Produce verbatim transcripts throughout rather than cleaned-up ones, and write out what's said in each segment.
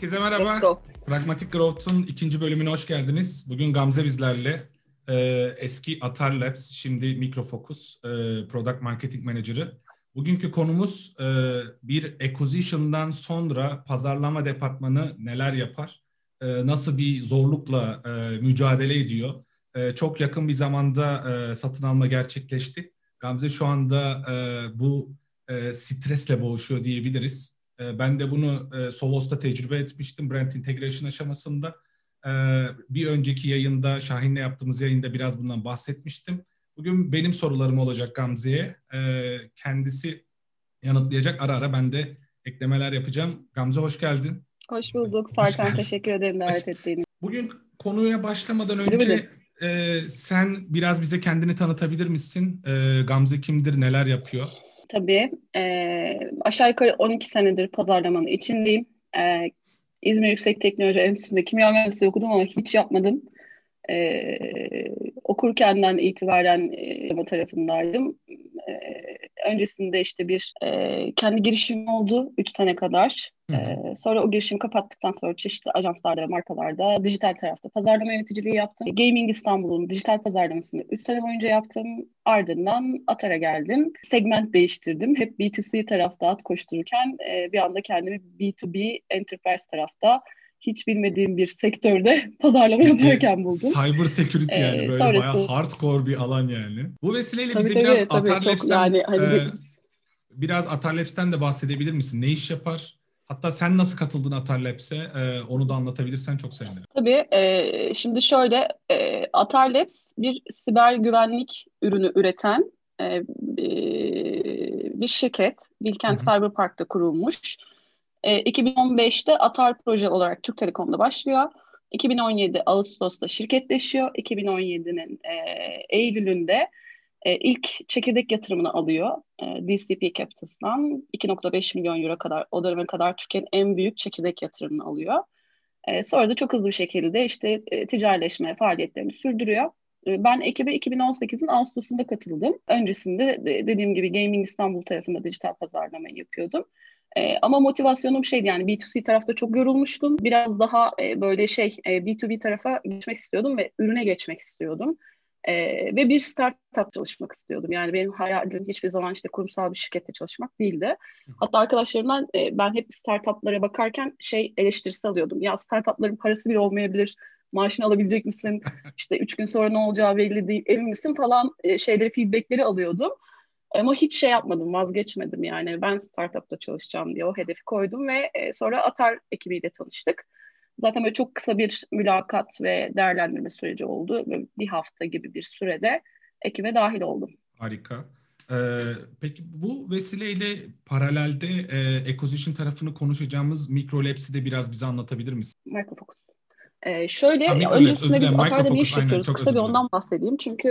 Herkese merhaba. Pragmatic Growth'un ikinci bölümüne hoş geldiniz. Bugün Gamze bizlerle. Ee, eski Atar Labs, şimdi Micro Focus e, Product Marketing Manager'ı. Bugünkü konumuz e, bir acquisition'dan sonra pazarlama departmanı neler yapar? E, nasıl bir zorlukla e, mücadele ediyor? E, çok yakın bir zamanda e, satın alma gerçekleşti. Gamze şu anda e, bu e, stresle boğuşuyor diyebiliriz. E, ben de bunu e, Solos'ta tecrübe etmiştim brand integration aşamasında. E, bir önceki yayında, Şahin'le yaptığımız yayında biraz bundan bahsetmiştim. Bugün benim sorularım olacak Gamze'ye. E, kendisi yanıtlayacak. Ara ara ben de eklemeler yapacağım. Gamze hoş geldin. Hoş bulduk Serkan. Teşekkür ederim davet ettiğiniz için. Bugün konuya başlamadan önce e, sen biraz bize kendini tanıtabilir misin? E, Gamze kimdir, neler yapıyor? Tabii. E, aşağı yukarı on iki senedir pazarlamanın içindeyim. E, İzmir Yüksek Teknoloji Enstitüsü'nde kimya mühendisliği okudum ama hiç yapmadım. E, okurkenden itibaren e, tarafındaydım. E, öncesinde işte bir e, kendi girişimim oldu üç sene kadar. Hı hı. E, sonra o girişimi kapattıktan sonra çeşitli ajanslarda ve markalarda dijital tarafta pazarlama yöneticiliği yaptım. Gaming İstanbul'un dijital pazarlamasını üç sene boyunca yaptım. Ardından Atar'a geldim. Segment değiştirdim. Hep B iki C tarafta at koştururken e, bir anda kendimi B iki B Enterprise tarafta hiç bilmediğim bir sektörde pazarlama yaparken buldum. Cyber security yani Ee, böyle sonrası... bayağı hardcore bir alan yani. Bu vesileyle tabii, bize tabii, biraz tabii, Atar Labs'ten yani, hani... e, biraz Atar Labs'ten de bahsedebilir misin? Ne iş yapar? Hatta sen nasıl katıldın Atar Labs'e? E, onu da anlatabilirsen çok sevinirim. Tabii. E, şimdi şöyle, e, Atar Labs bir siber güvenlik ürünü üreten e, bir şirket. Bilkent Cyber Park'ta kurulmuş. E, iki bin on beşte Atar proje olarak Türk Telekom'da başlıyor. iki bin on yedi Ağustos'ta şirketleşiyor. iki bin on yedinin e, Eylül'ünde e, ilk çekirdek yatırımını alıyor. E, D C P Capitals'tan iki nokta beş milyon euro kadar, o döneme kadar Türkiye'nin en büyük çekirdek yatırımını alıyor. E, sonra da çok hızlı bir şekilde işte e, ticarileşme faaliyetlerini sürdürüyor. E, ben ekibe iki bin on sekizin Ağustos'unda katıldım. Öncesinde de, dediğim gibi Gaming İstanbul tarafında dijital pazarlamayı yapıyordum. E, ama motivasyonum şeydi, yani B iki C tarafta çok yorulmuştum. Biraz daha e, böyle şey e, B iki B tarafa geçmek istiyordum ve ürüne geçmek istiyordum. E, ve bir startup çalışmak istiyordum. Yani benim hayalim hiçbir zaman işte kurumsal bir şirkette çalışmak değildi. Hatta arkadaşlarımdan e, ben hep startuplara bakarken şey eleştirisi alıyordum. Ya startupların parası bile olmayabilir. Maaşını alabilecek misin? İşte üç gün sonra ne olacağı belli değil. Emin misin falan e, şeyleri, feedbackleri alıyordum. Ama hiç şey yapmadım, vazgeçmedim yani. Ben startupta çalışacağım diye o hedefi koydum ve e, sonra Atar ekibiyle tanıştık. Zaten böyle çok kısa bir mülakat ve değerlendirme süreci oldu. Böyle bir hafta gibi bir sürede ekibe dahil oldum. Harika. Ee, peki bu vesileyle paralelde e, acquisition tarafını konuşacağımız Micro Labs'i de biraz bize anlatabilir misin? Micro Focus. Ee, şöyle ha, ya, Micro Labs, özür öncesinde biz dilerim. Atar'da Micro ne Focus, iş aynen, yapıyoruz? çok Kısa özür bir dilerim. ondan bahsedeyim. Çünkü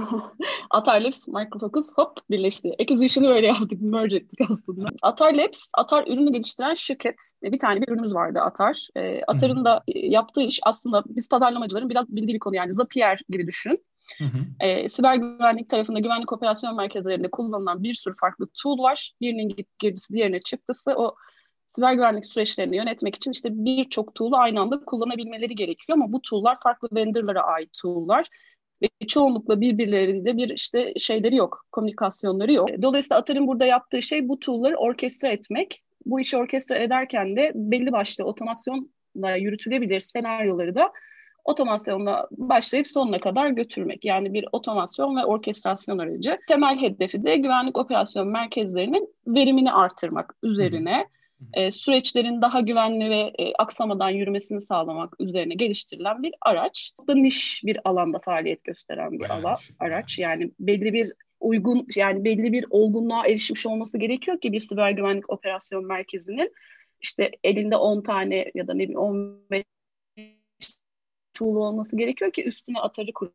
Atar Labs, Micro Focus hop birleşti. Acquisition'ı öyle yaptık, merge ettik aslında. Atar Labs, Atar ürünü geliştiren şirket. Bir tane bir ürünümüz vardı Atar. Ee, Atar'ın da yaptığı iş aslında biz pazarlamacıların biraz bildiği bir konu, yani Zapier gibi düşün. Hı hı. E, siber güvenlik tarafında güvenlik operasyon merkezlerinde kullanılan bir sürü farklı tool var. Birinin girdisi, diğerine çıktısı. O siber güvenlik süreçlerini yönetmek için işte birçok tool'u aynı anda kullanabilmeleri gerekiyor, ama bu tool'lar farklı vendorlara ait tool'lar ve çoğunlukla birbirleriyle bir işte şeyleri yok, komünikasyonları yok. Dolayısıyla Atar'ın burada yaptığı şey bu tool'ları orkestra etmek. Bu işi orkestra ederken de belli başlı otomasyonla yürütülebilir senaryoları da otomasyonla başlayıp sonuna kadar götürmek. Yani bir otomasyon ve orkestrasyon aracı. Temel hedefi de güvenlik operasyon merkezlerinin verimini artırmak üzerine, e, süreçlerin daha güvenli ve e, aksamadan yürümesini sağlamak üzerine geliştirilen bir araç. Çok da niş bir alanda faaliyet gösteren bir ala, araç. Yani belli bir uygun, yani belli bir olgunluğa erişmiş olması gerekiyor ki bir siber güvenlik operasyon merkezinin işte elinde on tane ya da ne bileyim on beş tool olması gerekiyor ki üstüne Atar'ı kur.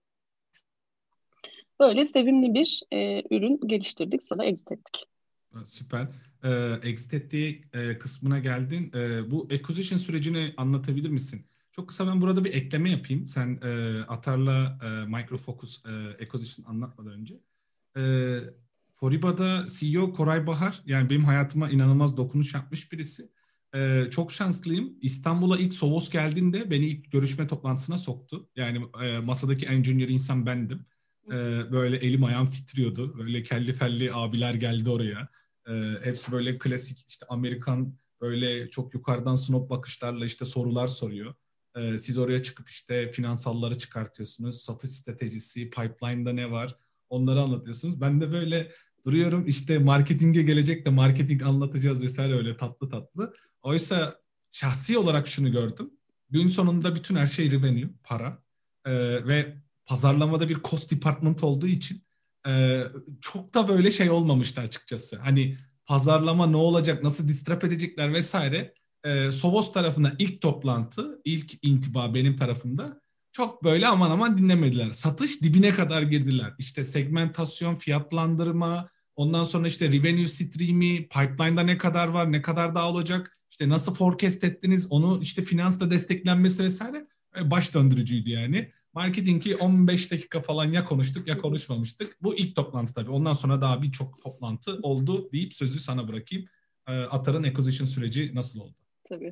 Böyle sevimli bir e, ürün geliştirdik, sonra exit ettik. Süper. Ee, exit ettiği e, kısmına geldin. E, bu acquisition sürecini anlatabilir misin? Çok kısa ben burada bir ekleme yapayım. Sen e, Atar'la e, Micro Focus e, acquisition anlatmadan önce. E, Foriba'da C E O Koray Bahar, yani benim hayatıma inanılmaz dokunuş yapmış birisi. e, çok şanslıyım. İstanbul'a ilk Sovos geldiğinde beni ilk görüşme toplantısına soktu. Yani e, masadaki en junior insan bendim. E, böyle elim ayağım titriyordu. Böyle kelli felli abiler geldi oraya. E, hepsi böyle klasik işte Amerikan böyle çok yukarıdan snob bakışlarla işte sorular soruyor. E, siz oraya çıkıp işte finansalları çıkartıyorsunuz. Satış stratejisi, pipeline'da ne var? Onları anlatıyorsunuz. Ben de böyle duruyorum işte marketinge gelecek de marketing anlatacağız vesaire öyle tatlı tatlı. Oysa şahsi olarak şunu gördüm. Gün sonunda bütün her şey revenue, para. Ee, ve pazarlamada bir cost department olduğu için e, çok da böyle şey olmamıştı açıkçası. Hani pazarlama ne olacak, nasıl distrap edecekler vesaire. Ee, Sovos tarafında ilk toplantı, ilk intiba benim tarafımda çok böyle aman aman dinlemediler. Satış dibine kadar girdiler. İşte segmentasyon, fiyatlandırma, ondan sonra işte revenue stream'i, pipeline'da ne kadar var, ne kadar daha olacak, işte nasıl forecast ettiniz, onu işte finansla desteklenmesi vesaire baş döndürücüydü yani. Marketing'i on beş dakika falan ya konuştuk ya konuşmamıştık. Bu ilk toplantı tabii. Ondan sonra daha birçok toplantı oldu deyip sözü sana bırakayım. Atar'ın acquisition süreci nasıl oldu? Tabii.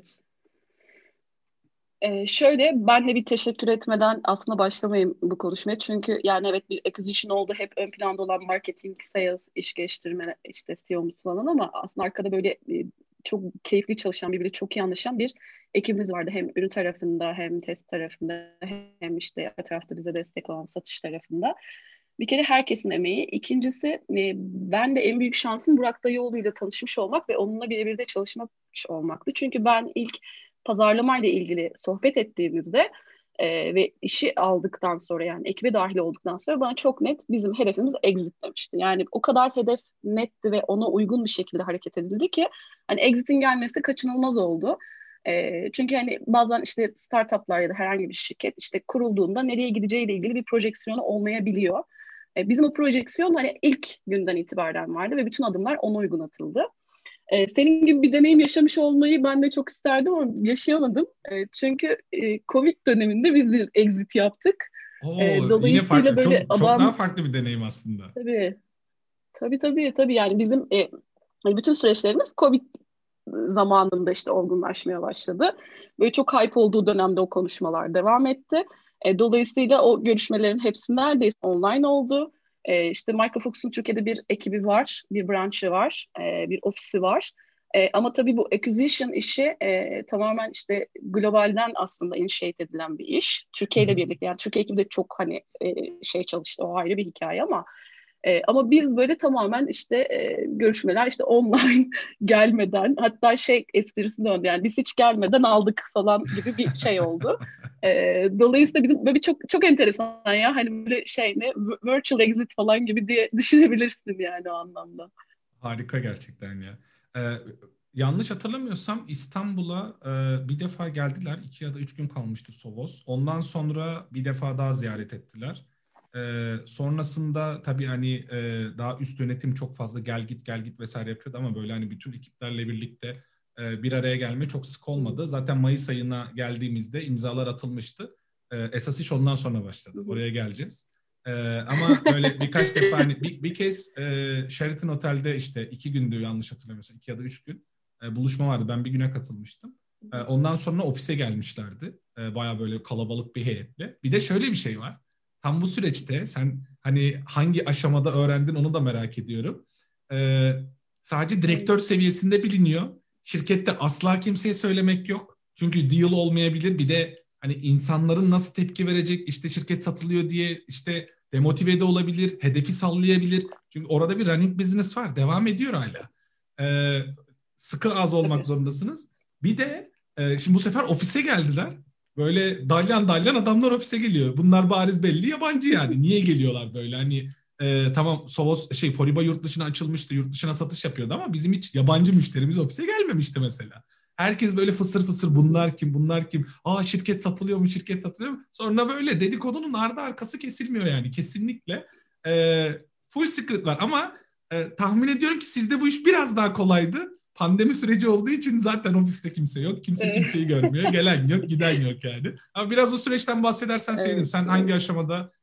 Ee, şöyle ben de bir teşekkür etmeden aslında başlamayayım bu konuşmaya. Çünkü yani evet bir acquisition oldu. Hep ön planda olan marketing, sales, iş geliştirme, işte C E O'muz falan ama aslında arkada böyle e, çok keyifli çalışan, birbiriyle çok iyi anlaşan bir ekibimiz vardı. Hem ürün tarafında hem test tarafında hem işte arka tarafta bize destek olan satış tarafında. Bir kere herkesin emeği. İkincisi e, ben de en büyük şansım Burak Dayıoğlu ile tanışmış olmak ve onunla birebir de çalışmak olmaktı. Çünkü ben ilk pazarlamayla ilgili sohbet ettiğimizde e, ve işi aldıktan sonra yani ekibe dahil olduktan sonra bana çok net bizim hedefimiz exit demişti. Yani o kadar hedef netti ve ona uygun bir şekilde hareket edildi ki hani exit'in gelmesi de kaçınılmaz oldu. E, çünkü hani bazen işte startuplar ya da herhangi bir şirket işte kurulduğunda nereye gideceğiyle ilgili bir projeksiyonu olmayabiliyor. E, bizim o projeksiyon hani ilk günden itibaren vardı ve bütün adımlar ona uygun atıldı. Ee, senin gibi bir deneyim yaşamış olmayı ben de çok isterdim ama yaşayamadım. Ee, çünkü e, Covid döneminde biz bir exit yaptık. Oo, Ee, yine dolayısıyla farklı, böyle çok, çok adam... daha farklı bir deneyim aslında. Tabii, tabii, tabii, tabii. Yani bizim e, bütün süreçlerimiz Covid zamanında işte olgunlaşmaya başladı. Böyle çok hype olduğu dönemde o konuşmalar devam etti. E, dolayısıyla o görüşmelerin hepsi neredeyse online oldu. E, işte Micro Focus'un Türkiye'de bir ekibi var, bir branşı var, e, bir ofisi var. E, ama tabii bu acquisition işi e, tamamen işte globalden aslında initiate edilen bir iş. Türkiye ile birlikte yani Türkiye ekibi de çok hani e, şey çalıştı, o ayrı bir hikaye ama e, ama biz böyle tamamen işte e, görüşmeler işte online gelmeden hatta şey esprisi döndü yani biz hiç gelmeden aldık falan gibi bir şey oldu. E, dolayısıyla bizim böyle bir çok çok enteresan ya hani böyle şey ne virtual exit falan gibi diye düşünebilirsin yani o anlamda. Harika gerçekten ya. Ee, yanlış hatırlamıyorsam İstanbul'a e, bir defa geldiler. İki ya da üç gün kalmıştı Sovos. Ondan sonra bir defa daha ziyaret ettiler. Ee, sonrasında tabii hani e, daha üst yönetim çok fazla gel git gel git vesaire yapıyordu ama böyle hani bütün ekiplerle birlikte e, bir araya gelme çok sık olmadı. Zaten Mayıs ayına geldiğimizde imzalar atılmıştı. E, esas iş ondan sonra başladı. Oraya geleceğiz. Ee, ama böyle birkaç defa hani bir, bir kez e, Sheraton Otel'de işte iki gündü yanlış hatırlamıyorsam iki ya da üç gün e, buluşma vardı. Ben bir güne katılmıştım. E, ondan sonra ofise gelmişlerdi. E, baya böyle kalabalık bir heyetle. Bir de şöyle bir şey var. Tam bu süreçte sen hani hangi aşamada öğrendin onu da merak ediyorum. E, sadece direktör seviyesinde biliniyor. Şirkette asla kimseye söylemek yok. Çünkü deal olmayabilir. Bir de hani insanların nasıl tepki verecek, işte şirket satılıyor diye işte demotive de olabilir, hedefi sallayabilir. Çünkü orada bir running business var, devam ediyor hala. Ee, sıkı az olmak Tabii. zorundasınız. Bir de e, şimdi bu sefer ofise geldiler. Böyle dalyan dalyan adamlar ofise geliyor. Bunlar bariz belli yabancı yani. Niye geliyorlar böyle? Hani e, tamam Sovos şey Poriba yurt dışına açılmıştı, yurt dışına satış yapıyordu ama bizim hiç yabancı müşterimiz ofise gelmemişti mesela. Herkes böyle fısır fısır bunlar kim bunlar kim? Aa şirket satılıyor mu şirket satılıyor mu? Sonra böyle dedikodunun ardı arkası kesilmiyor yani kesinlikle. E, full secret var ama e, tahmin ediyorum ki sizde bu iş biraz daha kolaydı. Pandemi süreci olduğu için zaten ofiste kimse yok. Kimse kimseyi görmüyor. Gelen yok giden yok yani. Ama biraz o süreçten bahsedersen sevinirim. Evet, Sen hangi evet. aşamada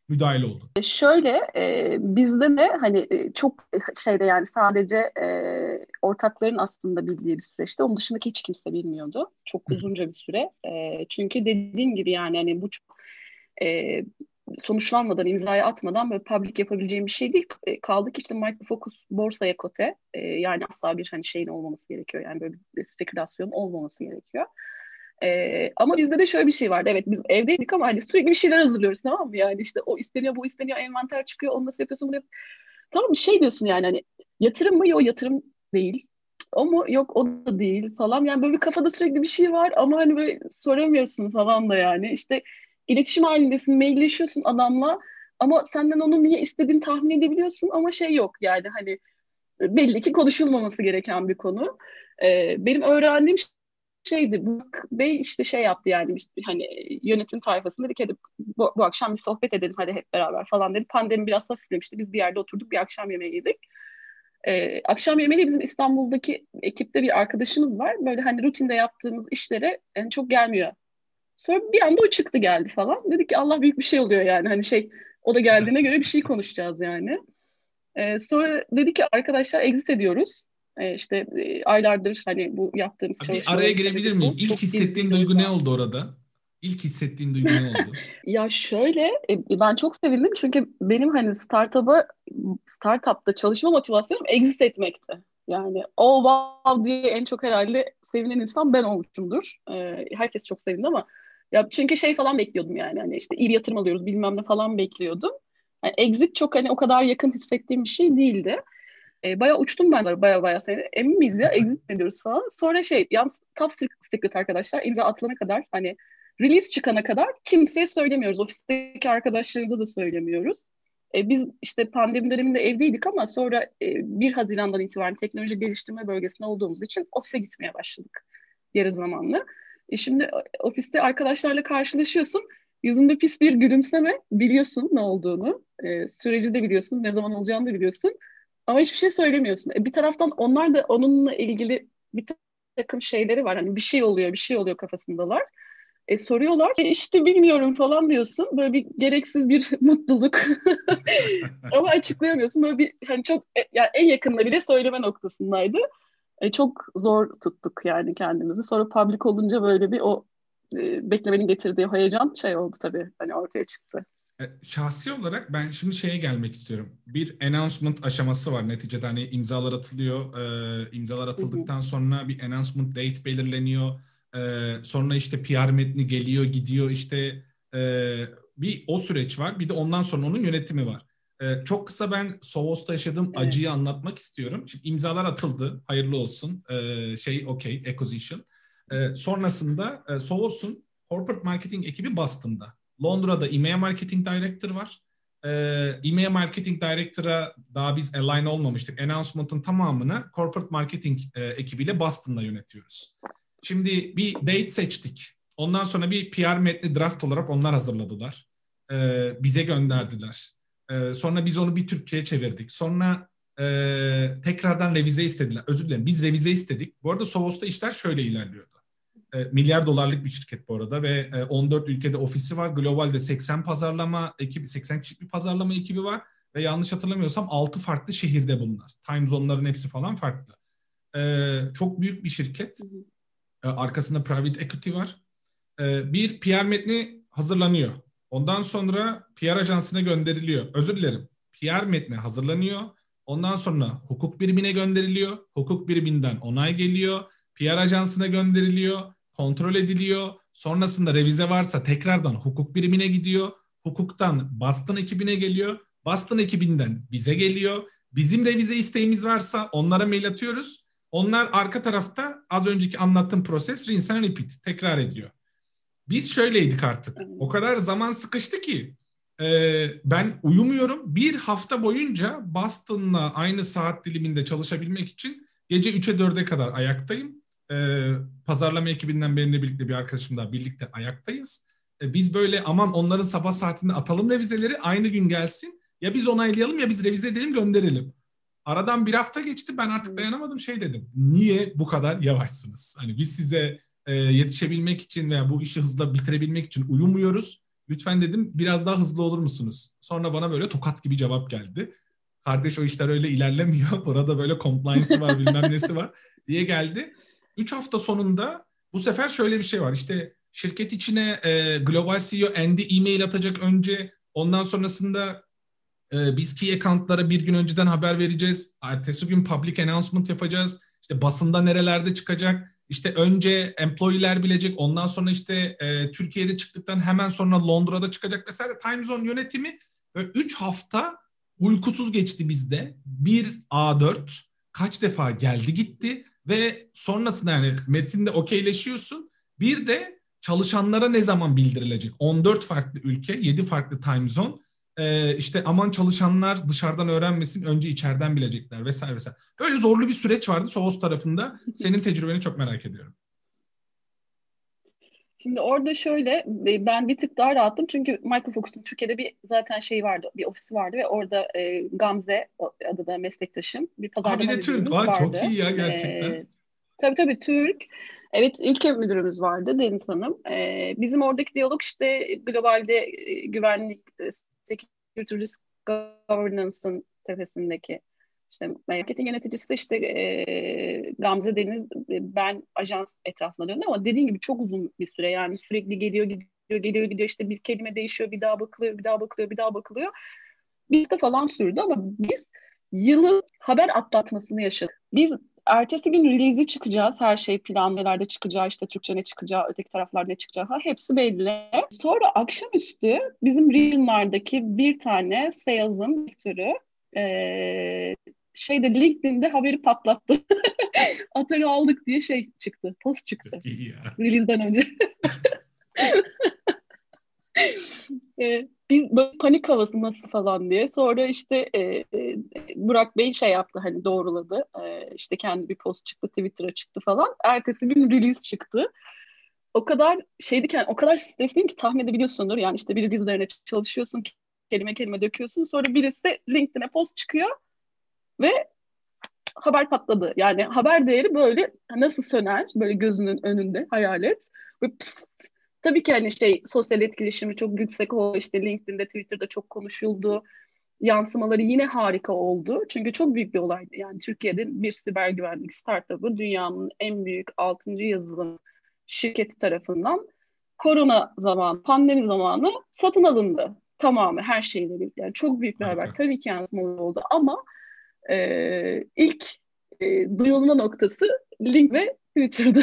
müdahil oldun? E, Şöyle e, bizde de hani e, çok e, şeyde yani sadece e, ortakların aslında bildiği bir süreçte onun dışındaki hiç kimse bilmiyordu. Çok Hı. uzunca bir süre. E, çünkü dediğin gibi yani hani bu çok, e, sonuçlanmadan, imzayı atmadan böyle public yapabileceğim bir şey değil. E, kaldı ki işte Micro Focus borsaya kote. E, yani asla bir hani şeyin olmaması gerekiyor. Yani böyle bir spekülasyon olmaması gerekiyor. Ee, ama bizde de şöyle bir şey vardı. Evet biz evdeydik ama hani sürekli bir şeyler hazırlıyoruz, tamam mı? Yani işte o isteniyor, bu isteniyor, envanter çıkıyor, onu nasıl yapıyorsun, bunu yap. Tamam, bir şey diyorsun yani hani yatırım mı? Yok, yatırım değil. O mu? Yok, o da değil falan. Yani böyle bir kafada sürekli bir şey var ama hani böyle soramıyorsun falan da yani. İşte iletişim halindesin, mailleşiyorsun adamla ama senden onun niye istediğini tahmin edebiliyorsun ama şey yok yani hani belli ki konuşulmaması gereken bir konu. Ee, benim öğrendiğim şeydi, Burak Bey işte şey yaptı yani işte hani yönetim tayfasında dedi ki hadi bu, bu akşam bir sohbet edelim hadi hep beraber falan dedi. Pandemi biraz hafiflemişti. Biz bir yerde oturduk, bir akşam yemeği yedik. Ee, akşam yemeği bizim İstanbul'daki ekipte bir arkadaşımız var. Böyle hani rutinde yaptığımız işlere yani çok gelmiyor. Sonra bir anda o çıktı geldi falan. Dedik ki Allah, büyük bir şey oluyor yani. Hani şey, o da geldiğine göre bir şey konuşacağız yani. Ee, sonra dedi ki arkadaşlar exit ediyoruz. Ee, işte e, aylardır hani bu yaptığımız Bir araya çalışmaların girebilir sebebi miyim? bu. İlk Çok hissettiğin gezdiriyoruz duygu ne falan. oldu orada? İlk hissettiğin duygu ne oldu? Ya şöyle e, ben çok sevindim çünkü benim hani startup'a startup'ta çalışma motivasyonum exit etmekti. Yani o wow diye en çok herhalde sevinen insan ben olmuşumdur. Ee, herkes çok sevindi ama ya çünkü şey falan bekliyordum yani hani işte iyi bir yatırım alıyoruz bilmem ne falan bekliyordum. Yani exit çok hani o kadar yakın hissettiğim bir şey değildi. E, bayağı uçtum ben de baya baya seni. Emin miyiz ya? Exit mi ediyoruz falan. Sonra şey yalnız top secret arkadaşlar, imza atılana kadar hani release çıkana kadar kimseye söylemiyoruz. Ofisteki arkadaşlarımıza da söylemiyoruz. E, biz işte pandemi döneminde evdeydik ama sonra e, bir Haziran'dan itibaren teknoloji geliştirme bölgesinde olduğumuz için ofise gitmeye başladık yarı zamanlı. E, şimdi e, ofiste arkadaşlarla karşılaşıyorsun. Yüzünde pis bir gülümseme, biliyorsun ne olduğunu. E, süreci de biliyorsun, ne zaman olacağını da biliyorsun. Ama hiçbir şey söylemiyorsun. E, bir taraftan onlar da onunla ilgili bir takım şeyleri var. Hani bir şey oluyor, bir şey oluyor kafasındalar. E, soruyorlar. E, işte bilmiyorum falan diyorsun. Böyle bir gereksiz bir mutluluk. Ama açıklayamıyorsun. Böyle bir hani çok e, yani en yakında bile söyleme noktasındaydı. E, çok zor tuttuk yani kendimizi. Sonra public olunca böyle bir o e, beklemenin getirdiği heyecan şey oldu tabii. Hani ortaya çıktı. E, Şahsi olarak ben şimdi şeye gelmek istiyorum. Bir announcement aşaması var. Neticede hani imzalar atılıyor. E, imzalar Hı hı. atıldıktan sonra bir announcement date belirleniyor. E, sonra işte P R metni geliyor, gidiyor. İşte e, bir o süreç var. Bir de ondan sonra onun yönetimi var. E, çok kısa ben Sovos'ta yaşadığım Evet. acıyı anlatmak istiyorum. Şimdi imzalar atıldı. Hayırlı olsun. E, şey okey, acquisition. E, sonrasında e, Sovos'un corporate marketing ekibi Boston'da. Londra'da E M E A Marketing Director var. Ee, E M E A Marketing Director'a daha biz align olmamıştık. Announcement'ın tamamını Corporate Marketing e, ekibiyle Boston'da yönetiyoruz. Şimdi bir date seçtik. Ondan sonra bir P R metni draft olarak onlar hazırladılar. Ee, bize gönderdiler. Ee, sonra biz onu bir Türkçe'ye çevirdik. Sonra e, tekrardan revize istediler. Özür dilerim, biz revize istedik. Bu arada Sovos'ta işler şöyle ilerliyordu. E, milyar dolarlık bir şirket bu arada ve e, on dört ülkede ofisi var. Globalde seksen pazarlama ekibi, seksen kişilik bir pazarlama ekibi var ve yanlış hatırlamıyorsam altı farklı şehirde bunlar. Time zone'ların hepsi falan farklı. E, çok büyük bir şirket. Hı hı. E, arkasında private equity var. E, bir P R metni hazırlanıyor. Ondan sonra P R ajansına gönderiliyor. Özür dilerim. P R metni hazırlanıyor. Ondan sonra hukuk birimine gönderiliyor. Hukuk biriminden onay geliyor. P R ajansına gönderiliyor. Kontrol ediliyor. Sonrasında revize varsa tekrardan hukuk birimine gidiyor. Hukuktan Boston ekibine geliyor. Boston ekibinden bize geliyor. Bizim revize isteğimiz varsa onlara mail atıyoruz. Onlar arka tarafta az önceki anlattığım proses rinse and repeat tekrar ediyor. Biz şöyleydik artık. O Evet. kadar zaman sıkıştı ki e, ben uyumuyorum. Bir hafta boyunca Boston'la aynı saat diliminde çalışabilmek için gece üçe dörde kadar ayaktayım. E, pazarlama ekibinden benimle birlikte bir arkadaşım daha birlikte ayaktayız. E, biz böyle aman onların sabah saatinde atalım revizeleri aynı gün gelsin. Ya biz onaylayalım ya biz revize edelim gönderelim. Aradan bir hafta geçti ben artık Hı. dayanamadım şey dedim. Niye bu kadar yavaşsınız? Hani biz size e, yetişebilmek için veya bu işi hızla bitirebilmek için uyumuyoruz Lütfen dedim biraz daha hızlı olur musunuz? Sonra bana böyle tokat gibi cevap geldi. Kardeş o işler öyle ilerlemiyor. Burada böyle compliance'ı var bilmem nesi var diye geldi. Üç hafta sonunda bu sefer şöyle bir şey var. İşte şirket içine e, Global C E O Andy e-mail atacak önce. Ondan sonrasında e, biz key account'lara bir gün önceden haber vereceğiz. Ertesi gün public announcement yapacağız. İşte basında nerelerde çıkacak. İşte önce employee'ler bilecek. Ondan sonra işte e, Türkiye'de çıktıktan hemen sonra Londra'da çıkacak vesaire. Time zone yönetimi ve üç hafta uykusuz geçti bizde. Bir A dört kaç defa geldi gitti ve sonrasında yani metinde okeyleşiyorsun. Bir de çalışanlara ne zaman bildirilecek? on dört farklı ülke, yedi farklı time zone. Ee, işte aman çalışanlar dışarıdan öğrenmesin, önce içeriden bilecekler vesaire vesaire. Böyle zorlu bir süreç vardı Soğuz tarafında. Senin tecrübeni çok merak ediyorum. Şimdi orada şöyle, ben bir tık daha rahattım çünkü Micro Focus'un Türkiye'de bir zaten şey vardı, bir ofisi vardı ve orada e, Gamze adı da meslektaşım, bir pazarlama Aa, bir de Türk. Aa, vardı. çok iyi ya gerçekten. E, tabii tabii Türk. Evet, ülke müdürümüz vardı Deniz Hanım. E, bizim oradaki diyalog işte globalde e, güvenlik, e, security risk governance'ın tepesindeki işte marketing yöneticisi de işte e, Gamze Deniz, e, ben ajans etrafına döndüm ama dediğin gibi çok uzun bir süre yani sürekli geliyor gidiyor geliyor gidiyor işte bir kelime değişiyor bir daha bakılıyor bir daha bakılıyor bir daha bakılıyor. Bir hafta falan sürdü ama biz yılın haber atlatmasını yaşadık. Biz ertesi gün release'i çıkacağız. Her şey planlarda çıkacağı, işte Türkçe ne çıkacağı, öteki taraflarda ne çıkacağı ha, hepsi belli. Sonra akşamüstü bizim regionlardaki bir tane sales'ın direktörü e, şeyde LinkedIn'de haberi patlattı. Atari aldık diye şey çıktı. Post çıktı. İyi ya. Release'den önce. e, biz böyle panik havası nasıl falan diye. Sonra işte e, e, Burak Bey şey yaptı hani doğruladı. E, işte kendi bir post çıktı, Twitter'a çıktı falan. Ertesi gün release çıktı. O kadar şeydi ki, yani o kadar stresliyim ki tahmin edebiliyorsundur. Yani işte bir release üzerine çalışıyorsun, kelime kelime döküyorsun. Sonra birisi de LinkedIn'e post çıkıyor ve haber patladı. Yani haber değeri böyle nasıl söner? Böyle gözünün önünde hayal et. Ve pst, tabii ki hani şey sosyal etkileşimi çok yüksek oldu. İşte LinkedIn'de, Twitter'da çok konuşuldu. Yansımaları yine harika oldu. Çünkü çok büyük bir olaydı. Yani Türkiye'de bir siber güvenlik startup'ı dünyanın en büyük altıncı yazılım şirketi tarafından korona zamanı, pandemi zamanı satın alındı. Tamamı her şeyle birlikte. Yani çok büyük bir Harika. haber. Tabii ki yansımaları oldu ama e, ilk e, duyulma noktası Link ve Twitter'da.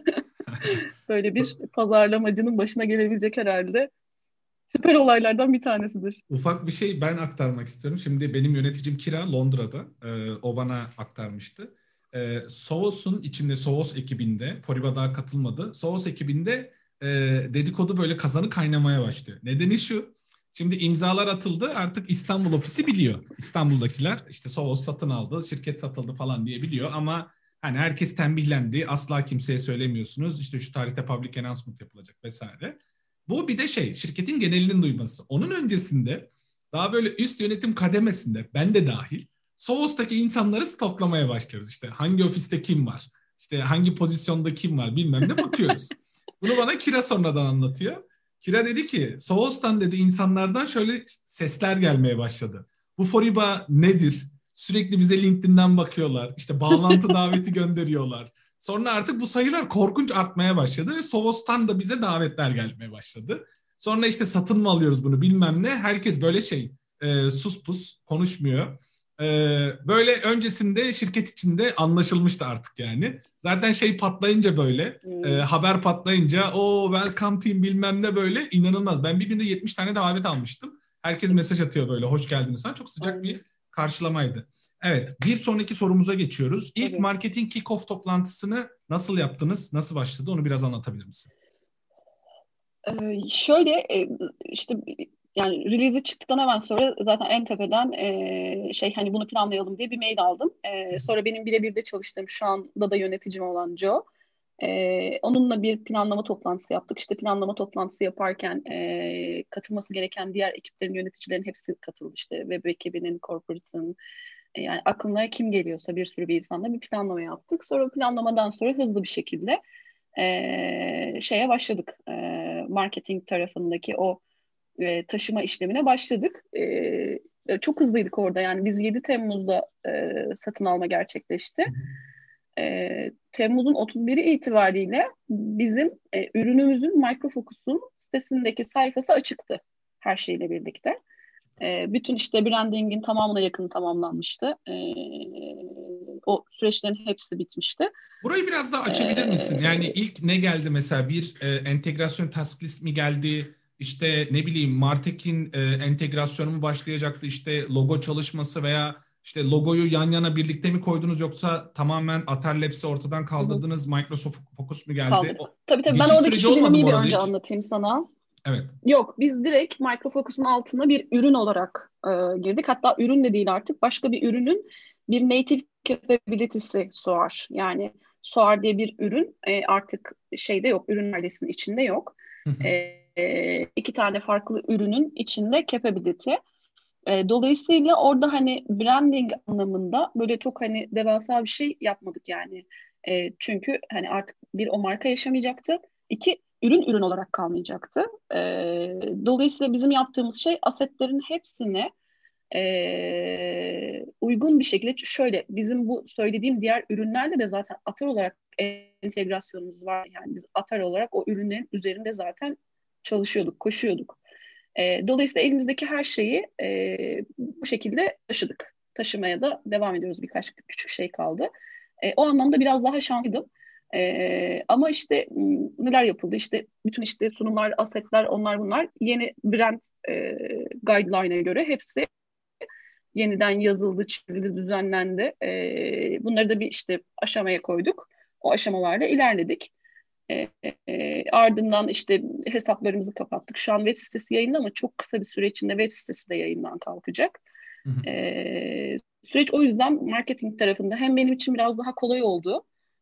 Böyle bir pazarlamacının başına gelebilecek herhalde süper olaylardan bir tanesidir. Ufak bir şey ben aktarmak istiyorum. Şimdi benim yöneticim Kira Londra'da. Ee, o bana aktarmıştı. Ee, Sovos'un içinde, Sovos ekibinde, Foriba daha katılmadı. Sovos ekibinde e, dedikodu böyle kazanı kaynamaya başlıyor. Nedeni şu. Şimdi imzalar atıldı. Artık İstanbul ofisi biliyor. İstanbul'dakiler işte Sovos satın aldı, şirket satıldı falan diye biliyor ama hani herkes tembihlendi. Asla kimseye söylemiyorsunuz. İşte şu tarihte public announcement yapılacak vesaire. Bu bir de şey şirketin genelinin duyması. Onun öncesinde daha böyle üst yönetim kademesinde ben de dahil Sovos'taki insanları stoklamaya başlıyoruz. İşte hangi ofiste kim var? İşte hangi pozisyonda kim var bilmem ne bakıyoruz. Bunu bana Kira sonradan anlatıyor. Kira dedi ki Sovos'tan dedi insanlardan şöyle sesler gelmeye başladı. Bu Foriba nedir? Sürekli bize LinkedIn'den bakıyorlar. İşte bağlantı daveti gönderiyorlar. Sonra artık bu sayılar korkunç artmaya başladı ve Sovos'tan da bize davetler gelmeye başladı. Sonra işte satın mı alıyoruz bunu bilmem ne. Herkes böyle şey e, sus pus konuşmuyor. E, böyle öncesinde şirket içinde anlaşılmıştı artık yani. Zaten şey patlayınca böyle Hmm. e, haber patlayınca o welcome team bilmem ne böyle inanılmaz. Ben bir günde yetmiş tane davet almıştım. Herkes mesaj atıyor böyle hoş geldiniz falan. Çok sıcak bir karşılamaydı. Evet, bir sonraki sorumuza geçiyoruz. İlk Tabii. marketing kick-off toplantısını nasıl yaptınız? Nasıl başladı? Onu biraz anlatabilir misin? Ee, şöyle e, işte yani release'i çıktıktan hemen sonra zaten en tepeden e, şey hani bunu planlayalım diye bir mail aldım. E, sonra benim birebir de çalıştığım şu anda da yöneticim olan Joe. E, onunla bir planlama toplantısı yaptık. İşte planlama toplantısı yaparken e, katılması gereken diğer ekiplerin, yöneticilerin hepsi katıldı. İşte web ekibinin, corporate'ın, e, yani aklına kim geliyorsa bir sürü bir insanla bir planlama yaptık. Sonra planlamadan sonra hızlı bir şekilde e, şeye başladık. E, marketing tarafındaki o e, taşıma işlemine başladık. E, çok hızlıydık orada, yani biz yedi Temmuz'da e, satın alma gerçekleşti. E, Temmuz'un otuz biri itibariyle bizim e, ürünümüzün Microfocus'un sitesindeki sayfası açıktı her şeyle birlikte. E, bütün işte brandingin tamamına yakın tamamlanmıştı. E, o süreçlerin hepsi bitmişti. Burayı biraz daha açabilir misin? Yani ilk ne geldi mesela? Bir e, entegrasyon task list mi geldi? İşte ne bileyim Martek'in e, entegrasyonu mu başlayacaktı? İşte logo çalışması veya işte logoyu yan yana birlikte mi koydunuz yoksa tamamen Atarlabs'i ortadan kaldırdınız, Microsoft Focus mu geldi? Kaldır. O, tabii tabii, ben geçiş oradaki süreci şu olmadı dinamiği mı bir orada önce hiç? anlatayım sana. Evet. Yok, biz direkt Microfocus'un altına bir ürün olarak e, girdik. Hatta ürün de değil, artık başka bir ürünün bir native capability'si SOAR. Yani SOAR diye bir ürün e, artık şeyde yok, ürün ailesinin içinde yok. E, e, iki tane farklı ürünün içinde capability. E, dolayısıyla orada hani branding anlamında böyle çok hani devasa bir şey yapmadık yani. E, çünkü hani artık bir, o marka yaşamayacaktı. İki, ürün ürün olarak kalmayacaktı. E, dolayısıyla bizim yaptığımız şey asetlerin hepsini e, uygun bir şekilde, şöyle, bizim bu söylediğim diğer ürünlerle de zaten Atar olarak entegrasyonumuz var. Yani biz Atar olarak o ürünlerin üzerinde zaten çalışıyorduk, koşuyorduk. E, dolayısıyla elimizdeki her şeyi e, bu şekilde taşıdık. Taşımaya da devam ediyoruz. Birkaç küçük şey kaldı. E, o anlamda biraz daha şanslıydım. E, ama işte neler yapıldı? İşte bütün işte sunumlar, asetler, onlar bunlar yeni brand e, guideline'a göre hepsi yeniden yazıldı, çizildi, düzenlendi. E, bunları da bir işte aşamaya koyduk. O aşamalarla ilerledik. E, e, ardından işte hesaplarımızı kapattık. Şu an web sitesi yayında ama çok kısa bir süre içinde web sitesi de yayından kalkacak. Hı hı. E, süreç o yüzden marketing tarafında hem benim için biraz daha kolay oldu.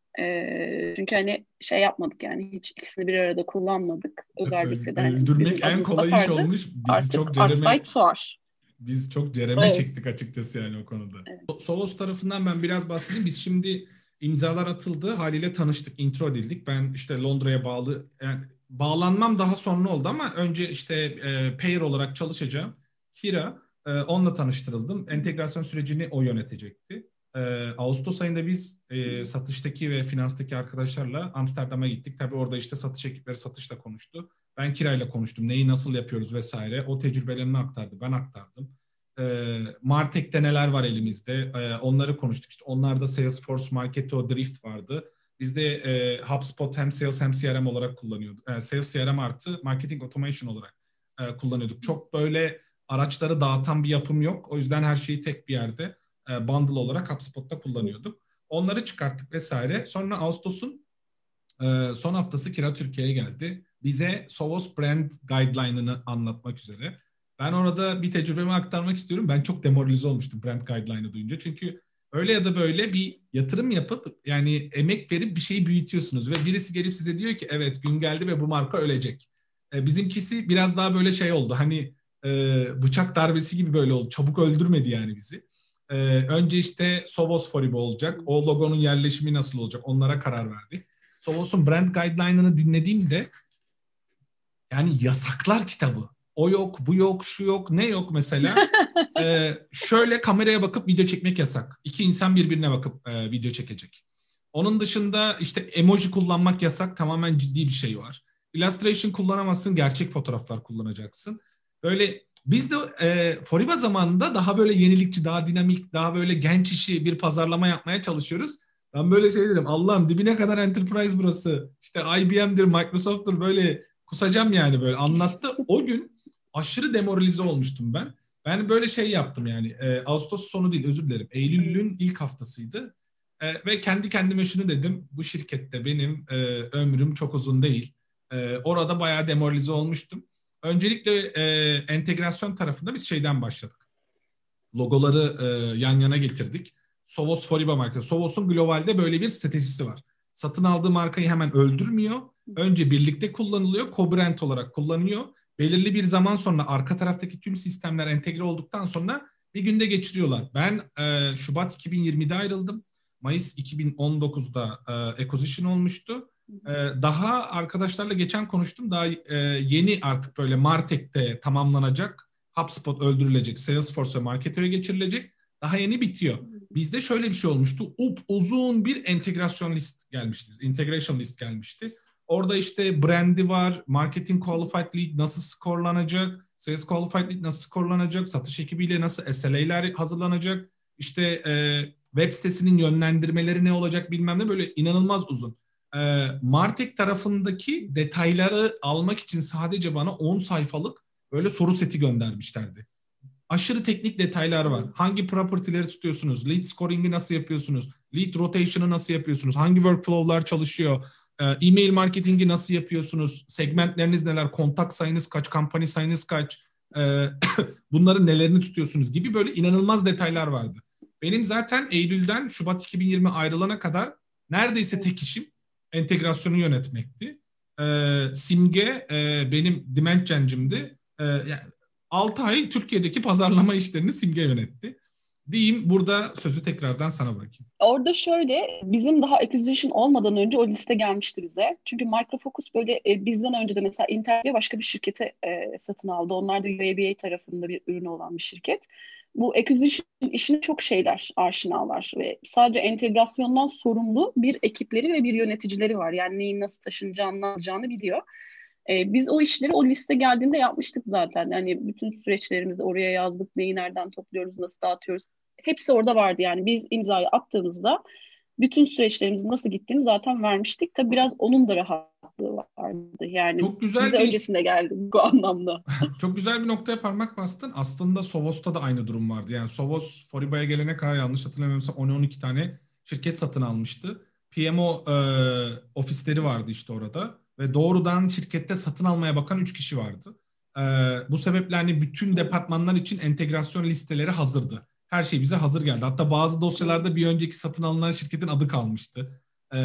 E, çünkü hani şey yapmadık, yani hiç ikisini bir arada kullanmadık. Özellikle de hani Öldürmek bizim en adımız kolay iş Atar'dı. olmuş. Biz Artık çok cereme Artsite var. biz çok cereme Evet. çektik açıkçası yani o konuda. Evet. Sovos tarafından ben biraz bahsedeyim. Biz şimdi imzalar atıldı. Haliyle tanıştık, intro edildik. Ben işte Londra'ya bağlı, yani bağlanmam daha sonra oldu ama önce işte e, payer olarak çalışacağım. Kira, e, onunla tanıştırıldım. Entegrasyon sürecini o yönetecekti. E, Ağustos ayında biz e, satıştaki ve finanstaki arkadaşlarla Amsterdam'a gittik. Tabii orada işte satış ekipleri satışla konuştu. Ben Kira'yla konuştum. Neyi nasıl yapıyoruz vesaire. O tecrübelerini aktardı. Ben aktardım. E, Martek'te neler var elimizde? E, onları konuştuk. İşte onlarda Salesforce, Marketo, Drift vardı. Biz de e, HubSpot hem Sales hem C R M olarak kullanıyorduk. E, Sales C R M artı Marketing Automation olarak e, kullanıyorduk. Çok böyle araçları dağıtan bir yapım yok. O yüzden her şeyi tek bir yerde e, bundle olarak HubSpot'ta kullanıyorduk. Onları çıkarttık vesaire. Sonra Ağustos'un e, son haftası Kira Türkiye'ye geldi. Bize Sovos Brand Guideline'ını anlatmak üzere. Ben orada bir tecrübemi aktarmak istiyorum. Ben çok demoralize olmuştum Brand Guideline'ı duyunca. Çünkü öyle ya da böyle bir yatırım yapıp yani emek verip bir şeyi büyütüyorsunuz. Ve birisi gelip size diyor ki evet gün geldi ve bu marka ölecek. E, bizimkisi biraz daha böyle şey oldu. Hani e, bıçak darbesi gibi böyle oldu. Çabuk öldürmedi yani bizi. E, önce işte Sovos Foribo olacak. O logonun yerleşimi nasıl olacak? Onlara karar verdik. Sovos'un brand guideline'ını dinlediğimde yani yasaklar kitabı. O yok, bu yok, şu yok, ne yok mesela. ee, şöyle kameraya bakıp video çekmek yasak. İki insan birbirine bakıp e, video çekecek. Onun dışında işte emoji kullanmak yasak. Tamamen ciddi bir şey var. Illustration kullanamazsın, gerçek fotoğraflar kullanacaksın. Böyle biz de e, Foriba zamanında daha böyle yenilikçi, daha dinamik, daha böyle genç işi bir pazarlama yapmaya çalışıyoruz. Ben böyle şey dedim, Allah'ım dibine kadar enterprise burası. İşte I B M'dir, Microsoft'tur, böyle kusacağım yani böyle anlattı. O gün aşırı demoralize olmuştum ben. Ben böyle şey yaptım yani e, Ağustos sonu değil, özür dilerim. Eylül'ün ilk haftasıydı. E, ve kendi kendime şunu dedim. Bu şirkette benim e, ömrüm çok uzun değil. E, orada bayağı demoralize olmuştum. Öncelikle e, entegrasyon tarafında biz şeyden başladık. Logoları e, yan yana getirdik. Sovos Foriba markası. Sovos'un globalde böyle bir stratejisi var. Satın aldığı markayı hemen öldürmüyor. Önce birlikte kullanılıyor. Co-brand olarak kullanıyor. Belirli bir zaman sonra arka taraftaki tüm sistemler entegre olduktan sonra bir günde geçiriyorlar. Ben e, Şubat iki bin yirmide ayrıldım. Mayıs iki bin on dokuzda e, acquisition olmuştu. Ee, daha arkadaşlarla geçen konuştum. Daha e, yeni artık böyle MarTech'te tamamlanacak. HubSpot öldürülecek. Salesforce ve Marketer'e geçirilecek. Daha yeni bitiyor. Bizde şöyle bir şey olmuştu. Up uzun bir entegrasyon list gelmişti. Integration list gelmişti. Orada işte brand'i var. Marketing Qualified Lead nasıl skorlanacak? Sales Qualified Lead nasıl skorlanacak? Satış ekibiyle nasıl S L A'ler hazırlanacak? İşte e, web sitesinin yönlendirmeleri ne olacak bilmem ne, böyle inanılmaz uzun. E, MarTech tarafındaki detayları almak için sadece bana on sayfalık böyle soru seti göndermişlerdi. Aşırı teknik detaylar var. Hangi property'leri tutuyorsunuz? Lead scoring'i nasıl yapıyorsunuz? Lead rotation'ı nasıl yapıyorsunuz? Hangi workflow'lar çalışıyor? E, e-mail marketing'i nasıl yapıyorsunuz? Segmentleriniz neler? Kontak sayınız kaç? Kampanya sayınız kaç? E, bunların nelerini tutuyorsunuz gibi böyle inanılmaz detaylar vardı. Benim zaten Eylül'den Şubat iki bin yirmi ayrılana kadar neredeyse tek işim entegrasyonu yönetmekti. Ee, Simge e, benim demand gen'cimdi. Ee, yani altı ay Türkiye'deki pazarlama işlerini Simge yönetti. Diyeyim, burada sözü tekrardan sana bırakayım. Orada şöyle, bizim daha acquisition olmadan önce o liste gelmişti bize. Çünkü Micro Focus böyle e, bizden önce de mesela Intel diye başka bir şirkete e, satın aldı. Onlar da U A B A tarafında bir ürünü olan bir şirket. Bu acquisition işine çok şeyler aşinalar ve sadece entegrasyondan sorumlu bir ekipleri ve bir yöneticileri var. Yani neyin nasıl taşınacağını, ne yapacağını biliyor. Ee, biz o işleri o liste geldiğinde yapmıştık zaten. Yani bütün süreçlerimizi oraya yazdık. Neyi nereden topluyoruz, nasıl dağıtıyoruz. Hepsi orada vardı yani. Biz imzayı attığımızda bütün süreçlerimizin nasıl gittiğini zaten vermiştik. Tabii biraz onun da rahatlığı vardı. Yani Çok güzel bize bir öncesinde geldi bu anlamda. çok güzel bir noktaya parmak bastın. Aslında Sovos'ta da aynı durum vardı. Yani Sovos Foriba'ya gelene kadar, yanlış hatırlamıyorsam on on iki tane şirket satın almıştı. P M O e, ofisleri vardı işte orada ve doğrudan şirkette satın almaya bakan üç kişi vardı. E, bu sebeple hani bütün departmanlar için entegrasyon listeleri hazırdı. Her şey bize hazır geldi. Hatta bazı dosyalarda bir önceki satın alınan şirketin adı kalmıştı. E,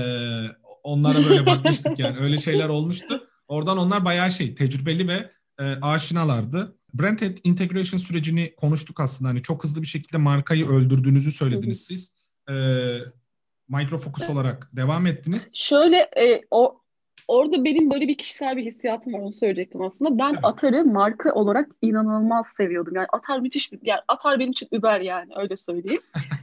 onlara böyle bakmıştık yani. Öyle şeyler olmuştu. Oradan onlar bayağı şey tecrübeli ve e, aşinalardı. Brand Integration sürecini konuştuk aslında. Hani çok hızlı bir şekilde markayı öldürdüğünüzü söylediniz siz. E, Micro Focus olarak devam ettiniz. Şöyle e, o orada benim böyle bir kişisel bir hissiyatım var, onu söyleyecektim aslında. Ben Evet. Atar'ı marka olarak inanılmaz seviyordum. Yani Atar müthiş bir, yani Atar benim için Uber, yani öyle söyleyeyim.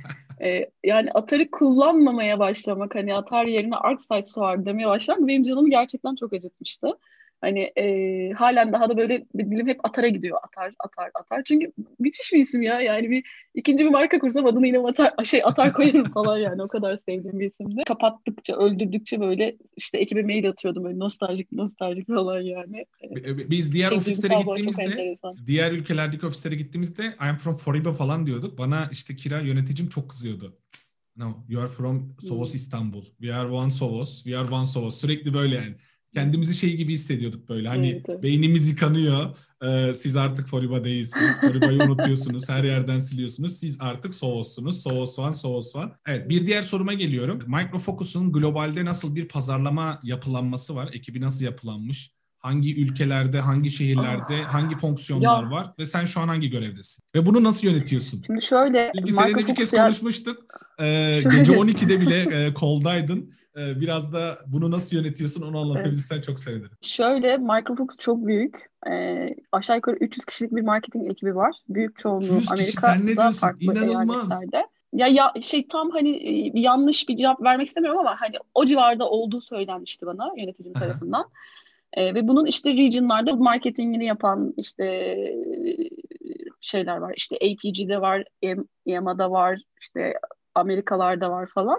E, yani Atar'ı kullanmamaya başlamak, hani Atar yerine ArcSight var demeye başlamak benim canımı gerçekten çok acıtmıştı. Hani e, halen daha da böyle dilim hep Atar'a gidiyor. Atar, Atar, Atar. Çünkü müthiş bir isim ya. Yani bir ikinci bir marka kursam adını yine Atar, şey Atar koyarım falan yani. O kadar sevdiğim bir isimdi. Kapattıkça, öldürdükçe böyle işte ekibe mail atıyordum, böyle nostaljik nostaljik falan yani. E, Biz diğer şey ofislere duygusal bağ çok gittiğimizde, enteresan. diğer ülkelerdeki ofislere gittiğimizde I'm from Foriba falan diyorduk. Bana işte Kira yöneticim çok kızıyordu. No, you are from Sovos Hmm. İstanbul. We are one Sovos. We are one Sovos. Sürekli böyle yani. Kendimizi şey gibi hissediyorduk böyle. Hani Evet, evet. beynimiz yıkanıyor. Ee, siz artık Foriba değilsiniz. Foriba'yı unutuyorsunuz. Her yerden siliyorsunuz. Siz artık Sovos'sunuz. Sovos One, Sovos One. Evet, bir diğer soruma geliyorum. Micro Focus'un globalde nasıl bir pazarlama yapılanması var? Ekibi nasıl yapılanmış? Hangi ülkelerde, hangi şehirlerde, Ah, hangi fonksiyonlar ya var? Ve sen şu an hangi görevdesin? Ve bunu nasıl yönetiyorsun? şimdi şöyle Çünkü Marco seninle bir Focus kez ya konuşmuştuk. Ee, gece şöyle on ikide bile e, call'daydın. Ee, biraz da bunu nasıl yönetiyorsun, onu evet. anlatabilirsen çok sevinirim. Şöyle, Microfocus çok büyük. Ee, aşağı yukarı üç yüz kişilik bir marketing ekibi var. Büyük üç çoğunluğu yüz kişi, sen ne Amerika'da, diyorsun? farklı İnanılmaz. eyaletlerde. Ya, ya şey tam hani e, yanlış bir cevap vermek istemiyorum ama hani o civarda olduğu söylenmişti bana yöneticim tarafından. Ee, ve bunun işte regionlarda marketingini yapan işte e, şeyler var. İşte A P G'de var, E M A'da var, işte Amerikalarda var falan.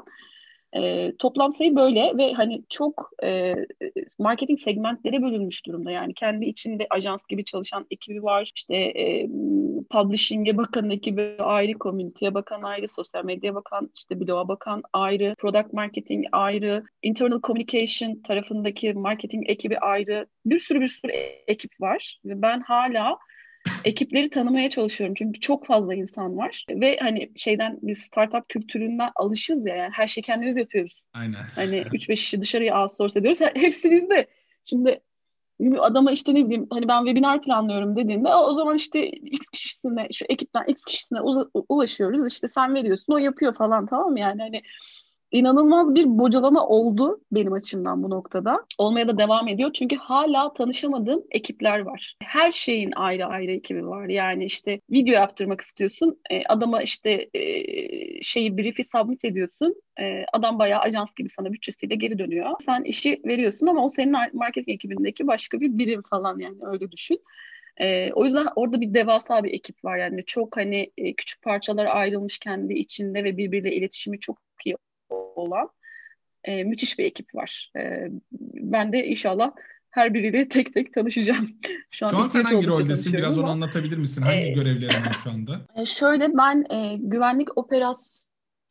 E, toplam sayı böyle ve hani çok e, marketing segmentlere bölünmüş durumda. Yani kendi içinde ajans gibi çalışan ekibi var. İşte e, publishing'e bakan ekibi ayrı, community'ye bakan ayrı, sosyal medyaya bakan, işte blog'a bakan ayrı, product marketing ayrı, internal communication tarafındaki marketing ekibi ayrı. Bir sürü bir sürü ekip var ve ben hala ekipleri tanımaya çalışıyorum çünkü çok fazla insan var ve hani şeyden, biz startup kültüründen alışız ya, yani her şeyi kendimiz yapıyoruz. Aynen. Hani üç beş kişi dışarıya outsource ediyoruz. Hepsi bizde. Şimdi adama işte ne bileyim, hani ben webinar planlıyorum dediğinde o zaman işte X kişisine, şu ekipten X kişisine uza- ulaşıyoruz. İşte sen veriyorsun, o yapıyor falan, tamam mı? Yani hani inanılmaz bir bocalama oldu benim açımdan bu noktada. Olmaya da devam ediyor. Çünkü hala tanışamadığım ekipler var. Her şeyin ayrı ayrı ekibi var. Yani işte video yaptırmak istiyorsun. E, adama işte e, şeyi brief'i submit ediyorsun. E, adam bayağı ajans gibi sana bütçesiyle geri dönüyor. Sen işi veriyorsun ama o senin marketing ekibindeki başka bir birim falan, yani öyle düşün. Ee, o yüzden orada bir devasa bir ekip var, yani çok hani e, küçük parçalara ayrılmış kendi içinde ve birbiriyle iletişimi çok iyi olan e, müthiş bir ekip var. E, ben de inşallah her biriyle tek tek tanışacağım. Şu an Şu an sen ihtiyaç hangi oldukça roldesin? tanışıyorum Biraz onu ama anlatabilir misin? e, Hangi görevlerin var şu anda? e, şöyle ben e, güvenlik operasyon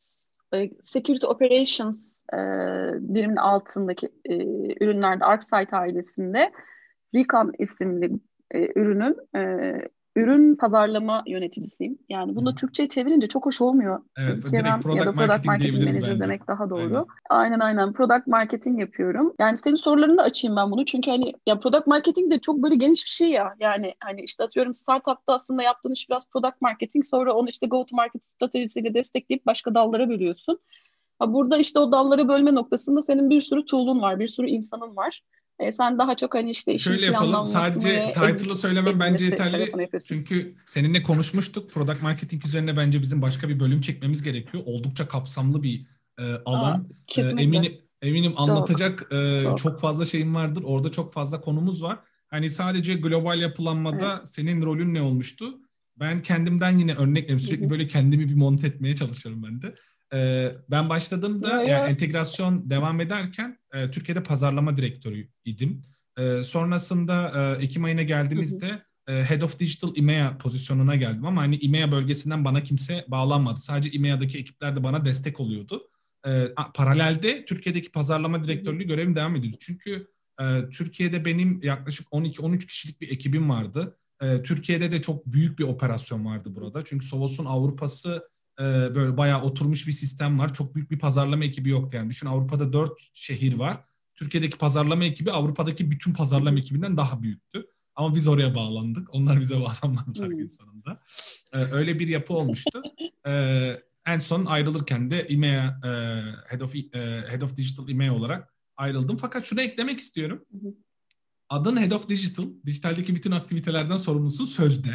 e, Security Operations e, birimin altındaki e, ürünlerde ArcSight ailesinde Recon isimli e, ürünün e, ürün pazarlama yöneticisiyim. Yani Hı bunu da hı. Türkçe'ye çevirince çok hoş olmuyor. Evet, direkt P M ya product da Product marketing Marketing diyebiliriz Manager bence. demek daha doğru. Aynen. Aynen aynen Product Marketing yapıyorum. Yani senin sorularını da açayım ben bunu. Çünkü hani ya Product Marketing de çok böyle geniş bir şey ya. Yani hani işte atıyorum startupta aslında yaptığın iş biraz Product Marketing, sonra onu işte Go to Market stratejisiyle destekleyip başka dallara bölüyorsun. Ha, burada işte o dalları bölme noktasında senin bir sürü tool'un var, bir sürü insanın var. E, sen daha çok hani işte işin Şöyle yapalım. planlanmasını Sadece ve title'ı execute söylemem bence edilmesi tarafını yeterli. yapıyorsun. Çünkü seninle konuşmuştuk. Product marketing üzerine bence bizim başka bir bölüm çekmemiz gerekiyor. Oldukça kapsamlı bir e, Aa, alan. E, kesinlikle. eminim eminim Çok, anlatacak e, çok çok. fazla şeyim vardır. Orada çok fazla konumuz var. Hani sadece global Evet. yapılanmada senin rolün ne olmuştu? Ben kendimden yine örnek vereyim. Hı Sürekli hı. böyle kendimi bir monte etmeye çalışıyorum ben de. E, ben Yo, başladığımda yani yo. entegrasyon devam ederken e, Türkiye'de pazarlama direktörüydüm. Ee, sonrasında e, Ekim ayına Hı hı. geldiğimizde e, Head of Digital I M E A pozisyonuna geldim ama hani I M E A bölgesinden bana kimse bağlanmadı. Sadece I M E A'daki ekipler de bana destek oluyordu. E, paralelde Türkiye'deki pazarlama Hı hı. direktörlüğü görevim devam ediyordu. Çünkü e, Türkiye'de benim yaklaşık on iki on üç kişilik bir ekibim vardı. E, Türkiye'de de çok büyük bir operasyon vardı burada. Çünkü Sovos'un Avrupa'sı e, böyle bayağı oturmuş bir sistem var. Çok büyük bir pazarlama ekibi yoktu yani. Düşün, Avrupa'da dört şehir var. Türkiye'deki pazarlama ekibi Avrupa'daki bütün Hı pazarlama hı. ekibinden daha büyüktü. Ama biz oraya bağlandık. Onlar bize bağlanmadılar gün Hı. sonunda. Ee, öyle bir yapı olmuştu. Ee, en son ayrılırken de I M E A, e, Head of, e, Head of Digital I M E A olarak ayrıldım. Fakat şunu eklemek istiyorum. Hı hı. Adın Head of Digital, dijitaldeki bütün aktivitelerden sorumlusun sözde.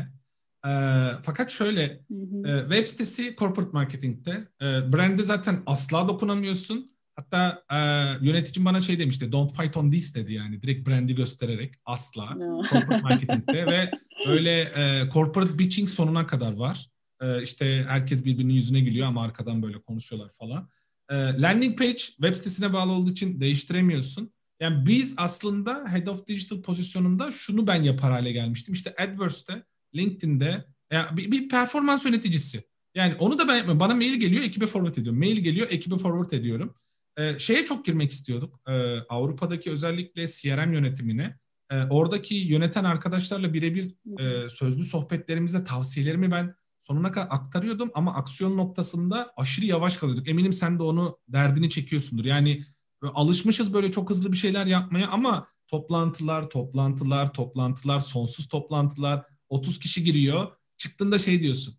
Ee, fakat şöyle, Hı hı. e, web sitesi corporate marketing'te. E, brand'e zaten asla dokunamıyorsun. Hatta e, yöneticim bana şey demişti, don't fight on this dedi yani. Direkt brand'i göstererek asla. Ya. Corporate marketing'te ve böyle e, corporate bitching sonuna kadar var. E, işte herkes birbirinin yüzüne gülüyor ama arkadan böyle konuşuyorlar falan. E, landing page web sitesine bağlı olduğu için değiştiremiyorsun. Yani biz aslında Head of Digital pozisyonunda şunu ben yapar hale gelmiştim. İşte AdWords'te, LinkedIn'de yani bir, bir performans yöneticisi. Yani onu da ben yapmıyorum. Bana mail geliyor, ekibe forward ediyorum. Mail geliyor, ekibe forward ediyorum. Ee, şeye çok girmek istiyorduk. Ee, Avrupa'daki özellikle C R M yönetimine. Ee, oradaki yöneten arkadaşlarla birebir Hı hı. e, sözlü sohbetlerimizde tavsiyelerimi ben sonuna kadar aktarıyordum ama aksiyon noktasında aşırı yavaş kalıyorduk. Eminim sen de onu derdini çekiyorsundur. Yani böyle alışmışız böyle çok hızlı bir şeyler yapmaya ama toplantılar, toplantılar, toplantılar, sonsuz toplantılar, otuz kişi giriyor. Çıktığında şey diyorsun.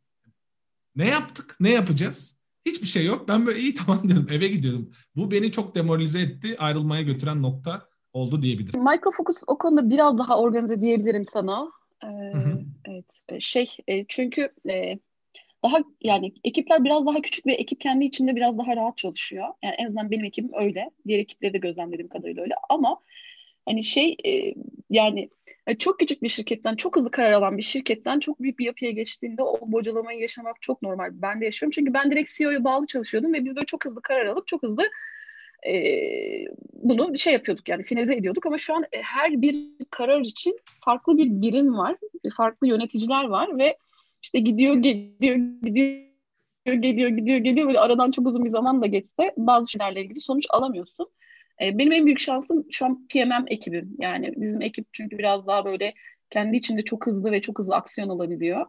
Ne yaptık? Ne yapacağız? Hiçbir şey yok. Ben böyle iyi tamam dedim. Eve gidiyordum. Bu beni çok demoralize etti. Ayrılmaya götüren nokta oldu diyebilirim. Micro Focus o konuda biraz daha organize diyebilirim sana. Ee, Hı hı. evet, e, şey e, çünkü e, daha yani ekipler biraz daha küçük ve ekip kendi içinde biraz daha rahat çalışıyor. Yani en azından benim ekibim öyle. Diğer ekipleri de gözlemlediğim kadarıyla öyle. Ama hani şey e, yani e, çok küçük bir şirketten, çok hızlı karar alan bir şirketten çok büyük bir yapıya geçtiğinde o bocalamayı yaşamak çok normal. Ben de yaşıyorum. Çünkü ben direkt C E O'ya bağlı çalışıyordum ve biz böyle çok hızlı karar alıp çok hızlı e, bunu bir şey yapıyorduk, yani finalize ediyorduk. Ama şu an e, her bir karar için farklı bir birim var, farklı yöneticiler var ve işte gidiyor geliyor gidiyor geliyor gidiyor geliyor böyle aradan çok uzun bir zaman da geçse bazı şeylerle ilgili sonuç alamıyorsun. E, benim en büyük şansım şu an P M M ekibim. Yani bizim ekip çünkü biraz daha böyle kendi içinde çok hızlı ve çok hızlı aksiyon alabiliyor.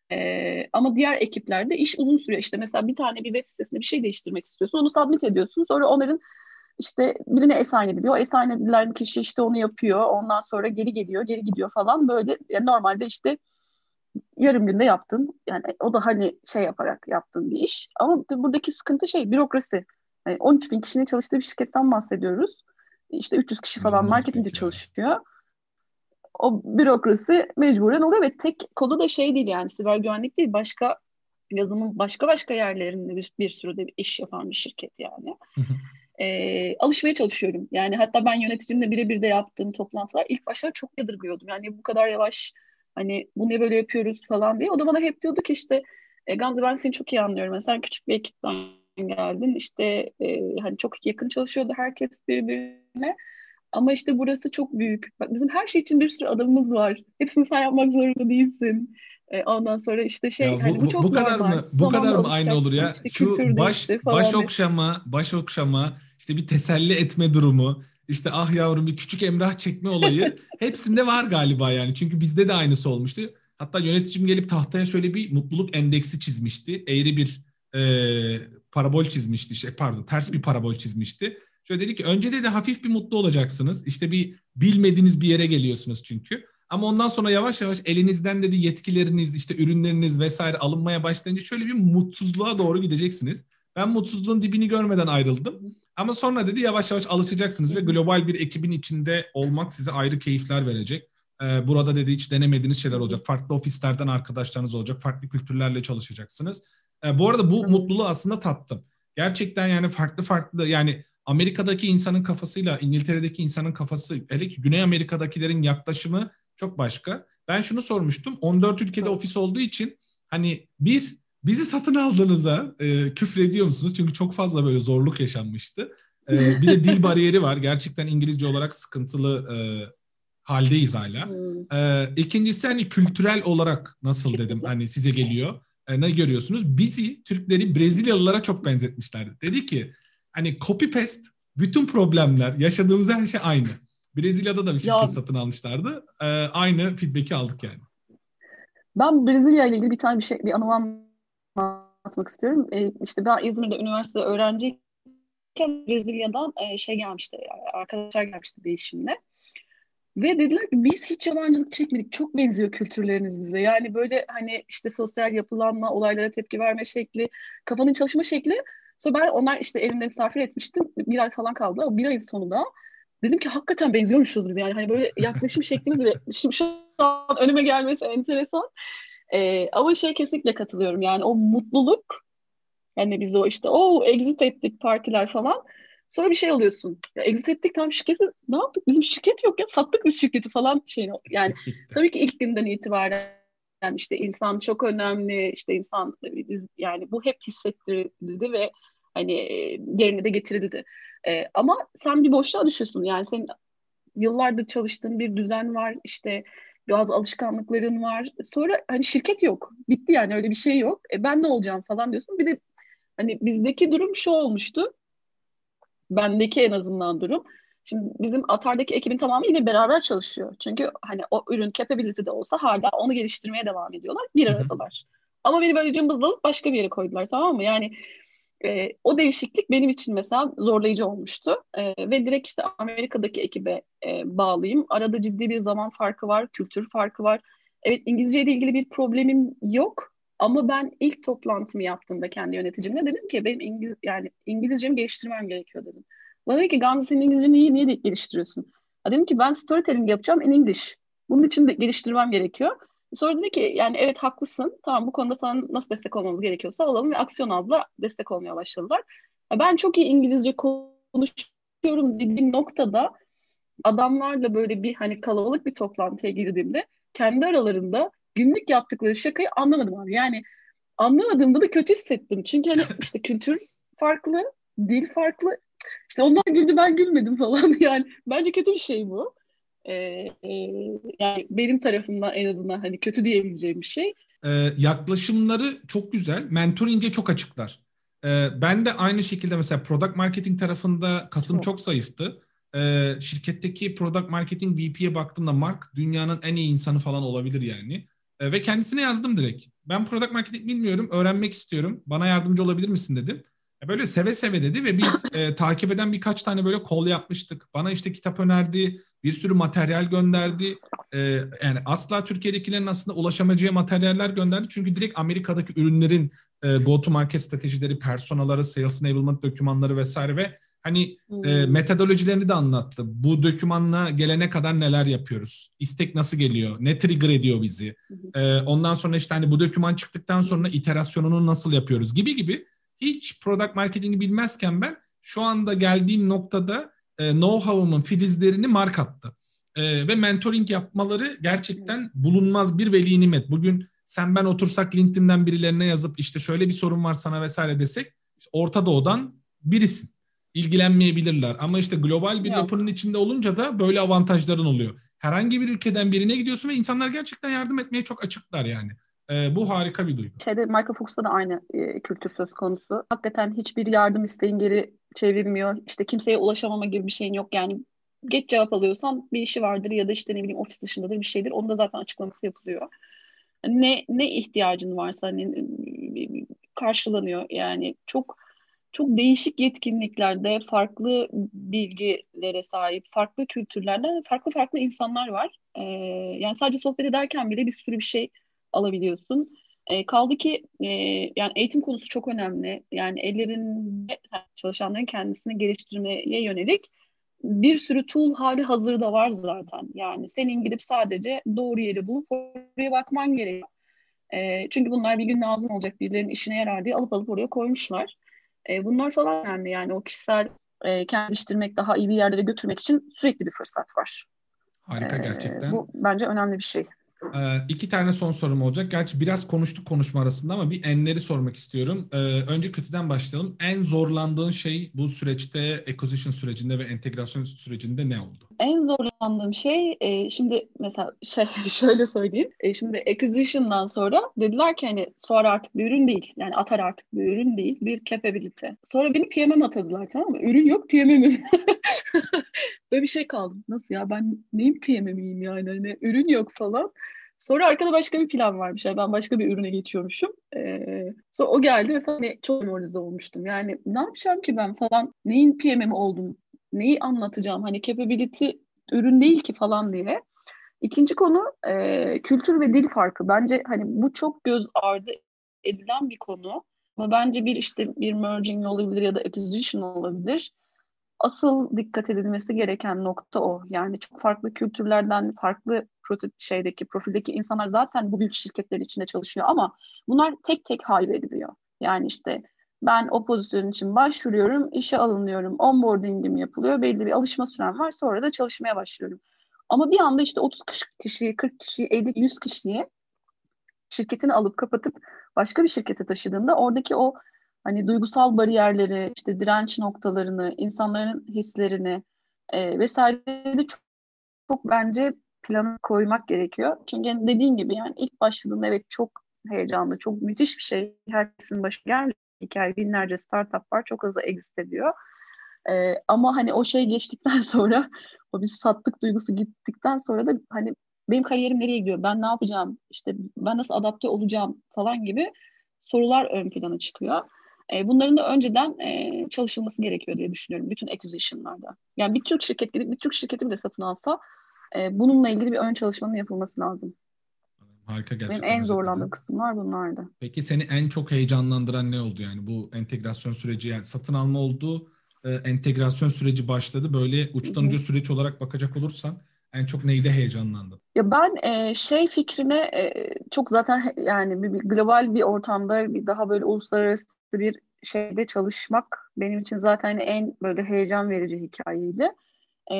E, ama diğer ekiplerde iş uzun sürüyor. İşte mesela bir tane bir web sitesinde bir şey değiştirmek istiyorsun. Onu submit ediyorsun. Sonra onların işte birine assign ediliyor. Assign edilen kişi işte onu yapıyor. Ondan sonra geri geliyor, geri gidiyor falan. Böyle yani normalde işte yarım günde yaptın. Yani o da hani şey yaparak yaptığın bir iş. Ama buradaki sıkıntı şey bürokrasi. Yani on üç bin kişinin çalıştığı bir şirketten bahsediyoruz. İşte üç yüz kişi falan İnanılmaz marketingde büyük ya. çalışıyor. O bürokrasi mecburen oluyor ve tek kolu da şey değil, yani siber güvenlik değil, başka yazılımın başka başka yerlerinde bir, bir sürü de bir iş yapan bir şirket yani. Ee, alışmaya çalışıyorum. Yani hatta ben yöneticimle birebir de yaptığım toplantılar ilk başta çok yadırgıyordum. Yani bu kadar yavaş, hani bu ne böyle yapıyoruz falan diye. O da bana hep diyordu ki işte e, Gamze, ben seni çok iyi anlıyorum. Mesela sen küçük bir ekipten geldin. İşte e, hani çok yakın çalışıyordu herkes birbirine. Ama işte burası çok büyük. Bak, bizim her şey için bir sürü adamımız var. Hepsini sen yapmak zorunda değilsin. E, ondan sonra işte şey, Ya hani bu, bu bu, bu çok kadar normal. mı bu kadar Zamanla mı aynı olur alışacaksın. ya? İşte Şu kültür baş değişti baş falan diye. okşama, baş okşama, işte bir teselli etme durumu, işte ah yavrum bir küçük Emrah çekme olayı hepsinde var galiba yani. Çünkü bizde de aynısı olmuştu. Hatta yöneticim gelip tahtaya şöyle bir mutluluk endeksi çizmişti. Eğri bir e, parabol çizmişti. Şey, pardon, ters bir parabol çizmişti. Şöyle dedi ki önce de hafif bir mutlu olacaksınız. İşte bir bilmediğiniz bir yere geliyorsunuz çünkü. Ama ondan sonra yavaş yavaş elinizden dedi yetkileriniz, işte ürünleriniz vesaire alınmaya başlayınca şöyle bir mutsuzluğa doğru gideceksiniz. Ben mutsuzluğun dibini görmeden ayrıldım. Ama sonra dedi yavaş yavaş alışacaksınız ve global bir ekibin içinde olmak size ayrı keyifler verecek. Ee, burada dedi hiç denemediğiniz şeyler olacak. Farklı ofislerden arkadaşlarınız olacak. Farklı kültürlerle çalışacaksınız. Ee, bu arada bu mutluluğu aslında tattım. Gerçekten yani farklı farklı yani Amerika'daki insanın kafasıyla İngiltere'deki insanın kafası, hele ki Güney Amerika'dakilerin yaklaşımı çok başka. Ben şunu sormuştum. on dört ülkede ofis olduğu için hani bir bizi satın aldığınıza e, küfrediyor musunuz? Çünkü çok fazla böyle zorluk yaşanmıştı. E, bir de dil bariyeri var. Gerçekten İngilizce olarak sıkıntılı e, haldeyiz hala. Hmm, E, ikincisi hani kültürel olarak nasıl dedim kesinlikle. hani size geliyor. E, ne görüyorsunuz? Bizi Türkleri Brezilyalılara çok benzetmişlerdi. Dedi ki hani copy paste bütün problemler yaşadığımız her şey aynı. Brezilya'da da bir şirket Ya satın almışlardı. Ee, aynı feedback'i aldık yani. ben Brezilya ile ilgili bir tane bir şey, bir anımı anlatmak istiyorum. E, işte ben İzmir'de üniversite öğrenciyken Brezilya'dan e, şey gelmişti, yani arkadaşlar gelmişti değişimle. Ve dediler ki biz hiç yabancılık çekmedik. Çok benziyor kültürleriniz bize. Yani böyle hani işte sosyal yapılanma, olaylara tepki verme şekli, kafanın çalışma şekli. Sonra ben, onlar işte evimde misafir etmiştim. Bir ay falan kaldı. O bir ayın sonunda dedim ki hakikaten benziyormuşuz biz. Yani hani böyle yaklaşım şeklimiz ve şimdi şu an önüme gelmesi enteresan. Ee, ama şey, kesinlikle katılıyorum. Yani o mutluluk, yani biz o işte o exit ettik partiler falan. Sonra bir şey oluyorsun. Ya exit ettik, tam şirketi ne yaptık? Bizim şirket yok ya, sattık biz şirketi falan şey. Yani Git gitti. tabii ki ilk günden itibaren yani işte insan çok önemli. İşte insan, biz, yani bu hep hissettirildi ve hani e, yerine de getirildi. E, ama sen bir boşluğa düşüyorsun. Yani senin yıllardır çalıştığın bir düzen var. İşte bazı alışkanlıkların var. Sonra hani şirket yok. Bitti, yani öyle bir şey yok. E ben ne olacağım falan diyorsun. Bir de hani bizdeki durum şu olmuştu. Bendeki en azından durum. Şimdi bizim Atar'daki ekibin tamamı yine beraber çalışıyor. Çünkü hani o ürün capability de olsa hala onu geliştirmeye devam ediyorlar. Bir Hı hı. aradalar. Ama beni böyle cımbızlayıp başka bir yere koydular, tamam mı? Yani e, o değişiklik benim için mesela zorlayıcı olmuştu. E, ve direkt işte Amerika'daki ekibe e, bağlıyım. Arada ciddi bir zaman farkı var, kültür farkı var. Evet, İngilizce ile ilgili bir problemim yok. Ama ben ilk toplantımı yaptığımda kendi yöneticimle dedim ki benim İngiliz, yani İngilizcemi geliştirmem gerekiyor dedim. Bana dedi ki Gamze, senin İngilizceni niye, niye geliştiriyorsun? Ha, dedim ki ben storytelling yapacağım in English. Bunun için de geliştirmem gerekiyor. Sonra dedi ki yani evet haklısın. Tamam, bu konuda sana nasıl destek olmamız gerekiyorsa olalım, ve aksiyon aldılar. Destek olmaya başladılar. Ya ben çok iyi İngilizce konuşuyorum dediğim noktada adamlarla böyle bir hani kalabalık bir toplantıya girdiğimde kendi aralarında günlük yaptıkları şakayı anlamadım abi. Yani anlamadığımda da kötü hissettim. Çünkü hani işte kültür farklı, dil farklı. İşte onlar güldü, ben gülmedim falan. Yani bence kötü bir şey bu. Ee, e, yani benim tarafımdan en azından hani kötü diyebileceğim bir şey. Ee, yaklaşımları çok güzel. Mentoring'e çok açıklar. Ee, ben de aynı şekilde mesela product marketing tarafında Kasım Çok. çok zayıftı. Ee, şirketteki product marketing V P'ye baktığımda Mark dünyanın en iyi insanı falan olabilir yani. Ee, ve kendisine yazdım direkt. Ben product marketing bilmiyorum, öğrenmek istiyorum. Bana yardımcı olabilir misin dedim. E, Böyle seve seve dedi ve biz e, takip eden birkaç tane böyle call yapmıştık. Bana işte kitap önerdi, bir sürü materyal gönderdi. Ee, yani asla Türkiye'dekilerin aslında ulaşamayacağı materyaller gönderdi. Çünkü direkt Amerika'daki ürünlerin e, go to market stratejileri, personaları, sales enablement dokümanları vesaire ve hani Hmm. e, metodolojilerini de anlattı. Bu dokümanla gelene kadar neler yapıyoruz? İstek nasıl geliyor? Ne trigger ediyor bizi? E, ondan sonra işte hani bu doküman çıktıktan sonra iterasyonunu nasıl yapıyoruz gibi gibi. Hiç product marketing'i bilmezken ben şu anda geldiğim noktada e, know-how'ımın filizlerini mark attı. E, ve mentoring yapmaları gerçekten bulunmaz bir veli nimet. Bugün sen ben otursak LinkedIn'den birilerine yazıp işte şöyle bir sorun var sana vesaire desek Orta Doğu'dan birisin. İlgilenmeyebilirler. Ama işte global bir Yok. yapının içinde olunca da böyle avantajların oluyor. Herhangi bir ülkeden birine gidiyorsun ve insanlar gerçekten yardım etmeye çok açıklar yani. Ee, bu harika bir duygu. Şeyde Micro Fox'ta da aynı e, kültür söz konusu. Hakikaten hiçbir yardım isteğin geri çevrilmiyor. İşte kimseye ulaşamama gibi bir şeyin yok. Yani geç cevap alıyorsan bir işi vardır ya da işte ne bileyim ofis dışındadır bir şeydir. Onun da zaten açıklaması yapılıyor. Ne ne ihtiyacın varsa hani e, karşılanıyor. Yani çok çok değişik yetkinliklerde farklı bilgilere sahip, farklı kültürlerden farklı farklı insanlar var. Ee, yani sadece sohbet ederken bile bir sürü bir şey alabiliyorsun. E, kaldı ki e, yani eğitim konusu çok önemli. Yani ellerinde çalışanların kendisini geliştirmeye yönelik bir sürü tool hali hazırda var zaten. Yani senin gidip sadece doğru yeri bulup oraya bakman gerekiyor. E, çünkü bunlar bir gün lazım olacak birilerinin işine yarar diye alıp alıp oraya koymuşlar. E, bunlar falan önemli yani o kişisel e, kendini geliştirmek, daha iyi bir yerlere götürmek için sürekli bir fırsat var. E, Harika gerçekten. bu bence önemli bir şey. Ee, iki tane son sorum olacak. Gerçi biraz konuştuk konuşma arasında ama bir enleri sormak istiyorum. Ee, önce kötüden başlayalım. En zorlandığın şey bu süreçte, acquisition sürecinde ve entegrasyon sürecinde ne oldu? En zorlandığım şey e, şimdi mesela şey şöyle söyleyeyim. E, şimdi acquisition'dan sonra dediler ki hani sonra artık bir ürün değil. Yani Atar artık bir ürün değil. Bir capability. Sonra beni P M M atadılar tamam mı? Ürün yok P M M'im. Böyle bir şey kaldım. Nasıl ya ben neyin P M M'iyim yani? Hani ürün yok falan. Sonra arkada başka bir plan varmış. Yani ben başka bir ürüne geçiyormuşum. Ee, sonra o geldi ve hani çok demoralize olmuştum. Yani ne yapacağım ki ben falan? Neyin P M M'i oldum? Neyi anlatacağım? Hani capability ürün değil ki falan diye. İkinci konu e, kültür ve dil farkı. Bence hani bu çok göz ardı edilen bir konu. Ama bence bir işte bir merging olabilir ya da acquisition olabilir. Asıl dikkat edilmesi gereken nokta o. Yani çok farklı kültürlerden, farklı proto- şeydeki, profildeki insanlar zaten bu büyük şirketler içinde çalışıyor ama bunlar tek tek hire ediliyor. Yani işte ben o pozisyon için başvuruyorum, işe alınıyorum, onboarding'im yapılıyor, belli bir alışma sürem var, sonra da çalışmaya başlıyorum. Ama bir anda işte otuz kişiyi, kırk kişiyi, elli, yüz kişiyi şirketini alıp kapatıp başka bir şirkete taşıdığında oradaki o hani duygusal bariyerleri, işte direnç noktalarını, insanların hislerini e, vesaireleri çok, çok bence plana koymak gerekiyor. Çünkü yani dediğin gibi yani ilk başladığında evet çok heyecanlı, çok müthiş bir şey. Herkesin başına gelmiyor. Hikaye binlerce startup var, çok hızlı exit ediyor. E, ama hani o şey geçtikten sonra o bir sattık duygusu gittikten sonra da hani benim kariyerim nereye gidiyor? Ben ne yapacağım? İşte ben nasıl adapte olacağım falan gibi sorular ön plana çıkıyor. E, bunların da önceden e, çalışılması gerekiyor diye düşünüyorum bütün acquisition'larda. Yani bir Türk şirket gidip bir Türk şirketi bile satın alsa e, bununla ilgili bir ön çalışmanın yapılması lazım. Harika Benim gerçekten en zorlandığım özetledin. kısımlar bunlardı. Peki seni en çok heyecanlandıran ne oldu yani bu entegrasyon süreci yani satın alma oldu, e, entegrasyon süreci başladı. Böyle Hı uçtan hı. uca süreç olarak bakacak olursan en çok neyde heyecanlandın? Ya ben e, şey fikrine e, çok zaten he- yani bir, bir global bir ortamda bir daha böyle uluslararası bir şeyde çalışmak benim için zaten en böyle heyecan verici hikayeydi. E,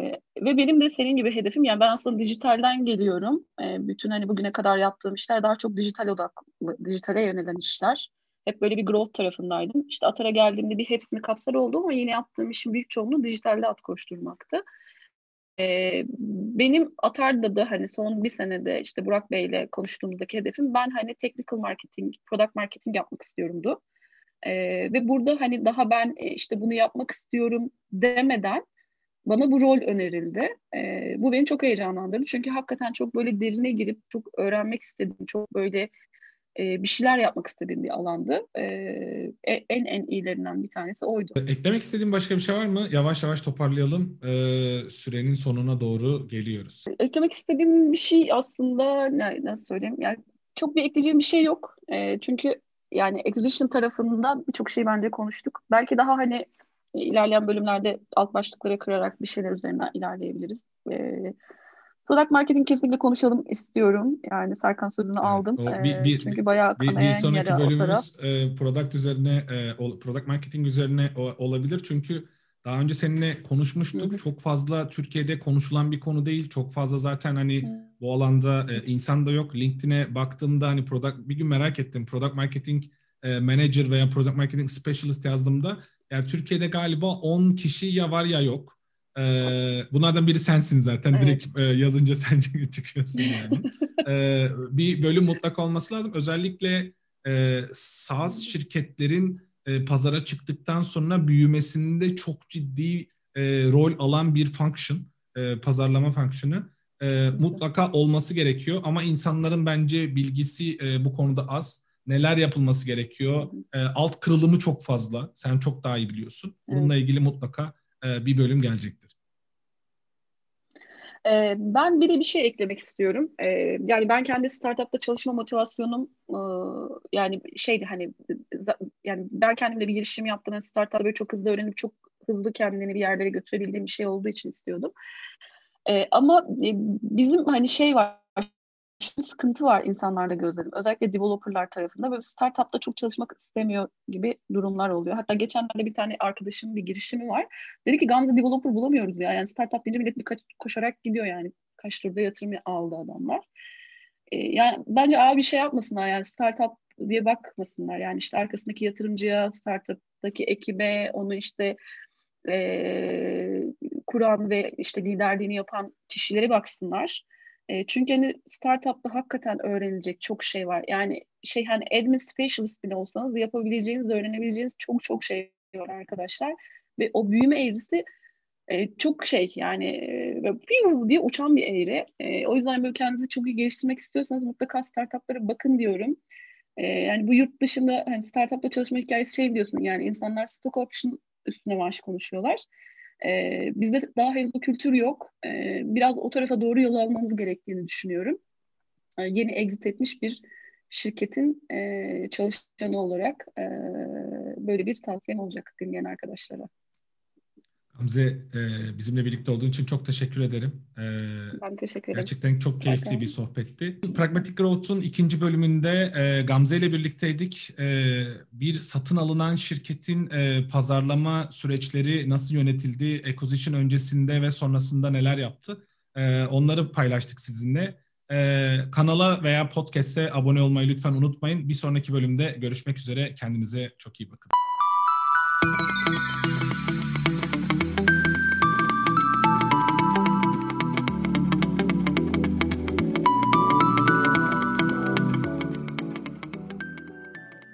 ve benim de senin gibi hedefim yani ben aslında dijitalden geliyorum. E, bütün hani bugüne kadar yaptığım işler daha çok dijital odaklı, dijitale yönelen işler. Hep böyle bir growth tarafındaydım. İşte Atar'a geldiğimde bir hepsini kapsar oldu ama yine yaptığım işin büyük çoğunluğu dijitalde at koşturmaktı. Ee, benim Atar'da da hani son bir senede işte Burak Bey'le konuştuğumuzdaki hedefim ben hani technical marketing, product marketing yapmak istiyorumdu. Ee, ve burada hani daha ben e, işte bunu yapmak istiyorum demeden bana bu rol önerildi. Ee, bu beni çok heyecanlandırdı. Çünkü hakikaten çok böyle derine girip çok öğrenmek istediğim, çok böyle e, bir şeyler yapmak istediğim bir alandı. Ee, e- en en iyilerinden bir tanesi oydu. Eklemek istediğin başka bir şey var mı? Yavaş yavaş toparlayalım. Ee, sürenin sonuna doğru geliyoruz. Eklemek istediğim bir şey aslında ne- nasıl söyleyeyim? Yani çok bir ekleyeceğim bir şey yok. E, çünkü yani acquisition tarafında birçok şey bence konuştuk. Belki daha hani ilerleyen bölümlerde alt başlıklara kırarak bir şeyler üzerinden ilerleyebiliriz. Ee, Product marketing kesinlikle konuşalım istiyorum. Yani Serkan sözünü Evet, aldım. o bir Ee, bir çünkü bir bayağı bir, bir kanayan sonraki yara o taraf. bölümümüz e, product üzerine, e, o- product marketing üzerine o- olabilir. Çünkü daha önce seninle Hı konuşmuştuk. hı. Çok fazla Türkiye'de konuşulan bir konu değil. Çok fazla zaten hani bu alanda e, Evet. insan da yok. LinkedIn'e baktığımda hani product, bir gün merak ettim. Product marketing e, manager veya product marketing specialist yazdığımda yani Türkiye'de galiba on kişi ya var ya yok. E, bunlardan biri sensin zaten. Evet. Direkt e, yazınca sen çıkıyorsun yani. E, bir bölüm mutlaka olması lazım. Özellikle e, SaaS şirketlerin e, pazara çıktıktan sonra büyümesinde çok ciddi e, rol alan bir function, e, pazarlama function'ı e, mutlaka olması gerekiyor. Ama insanların bence bilgisi e, bu konuda az. Neler yapılması gerekiyor? E, alt kırılımı çok fazla. Sen çok daha iyi biliyorsun. Evet. Bununla ilgili mutlaka e, bir bölüm gelecektir. Ee, ben bir de bir şey eklemek istiyorum. Ee, yani ben kendi startupta çalışma motivasyonum e, yani şeydi hani za- yani ben kendimle bir girişim yaptım. Yani startupta böyle çok hızlı öğrenip çok hızlı kendini bir yerlere götürebildiğim bir şey olduğu için istiyordum. Ee, ama e, bizim hani şey var, şu sıkıntı var insanlarda gözledim. Özellikle developerlar tarafında böyle startupta çok çalışmak istemiyor gibi durumlar oluyor. Hatta geçenlerde bir tane arkadaşımın bir girişimi var. Dedi ki Gamze developer bulamıyoruz ya. Yani startup deyince millet birkaç koşarak gidiyor yani. Kaç turda yatırım aldı adamlar. Ee, yani bence abi bir şey yapmasınlar yani startup diye bakmasınlar. Yani işte arkasındaki yatırımcıya, startup'taki ekibe, onu işte e, kuran ve işte liderliğini yapan kişilere baksınlar. E, çünkü hani startupta hakikaten öğrenilecek çok şey var. Yani şey hani admin specialist bile olsanız yapabileceğiniz, öğrenebileceğiniz çok çok şey var arkadaşlar. Ve o büyüme eğrisi e, çok şey yani e, böyle piu diye uçan bir eğri. E, o yüzden böyle kendinizi çok iyi geliştirmek istiyorsanız mutlaka startuplara bakın diyorum. E, yani bu yurt dışında hani startupta çalışma hikayesi şey biliyorsun yani insanlar stock option üstüne maaş konuşuyorlar. E, bizde daha henüz o kültür yok. E, biraz o tarafa doğru yol almamız gerektiğini düşünüyorum. E, yeni exit etmiş bir şirketin e, çalışanı olarak e, böyle bir tavsiyem olacak dinleyen arkadaşlara. Hamze, e, bizimle birlikte olduğun için çok teşekkür ederim. E, Ben teşekkür ederim. gerçekten çok keyifli bir Serkan. sohbetti. Pragmatic Growth'un ikinci bölümünde e, Gamze ile birlikteydik. E, bir satın alınan şirketin e, pazarlama süreçleri nasıl yönetildi, acquisition öncesinde ve sonrasında neler yaptı, e, onları paylaştık sizinle. E, kanala veya podcast'e abone olmayı lütfen unutmayın. Bir sonraki bölümde görüşmek üzere. Kendinize çok iyi bakın.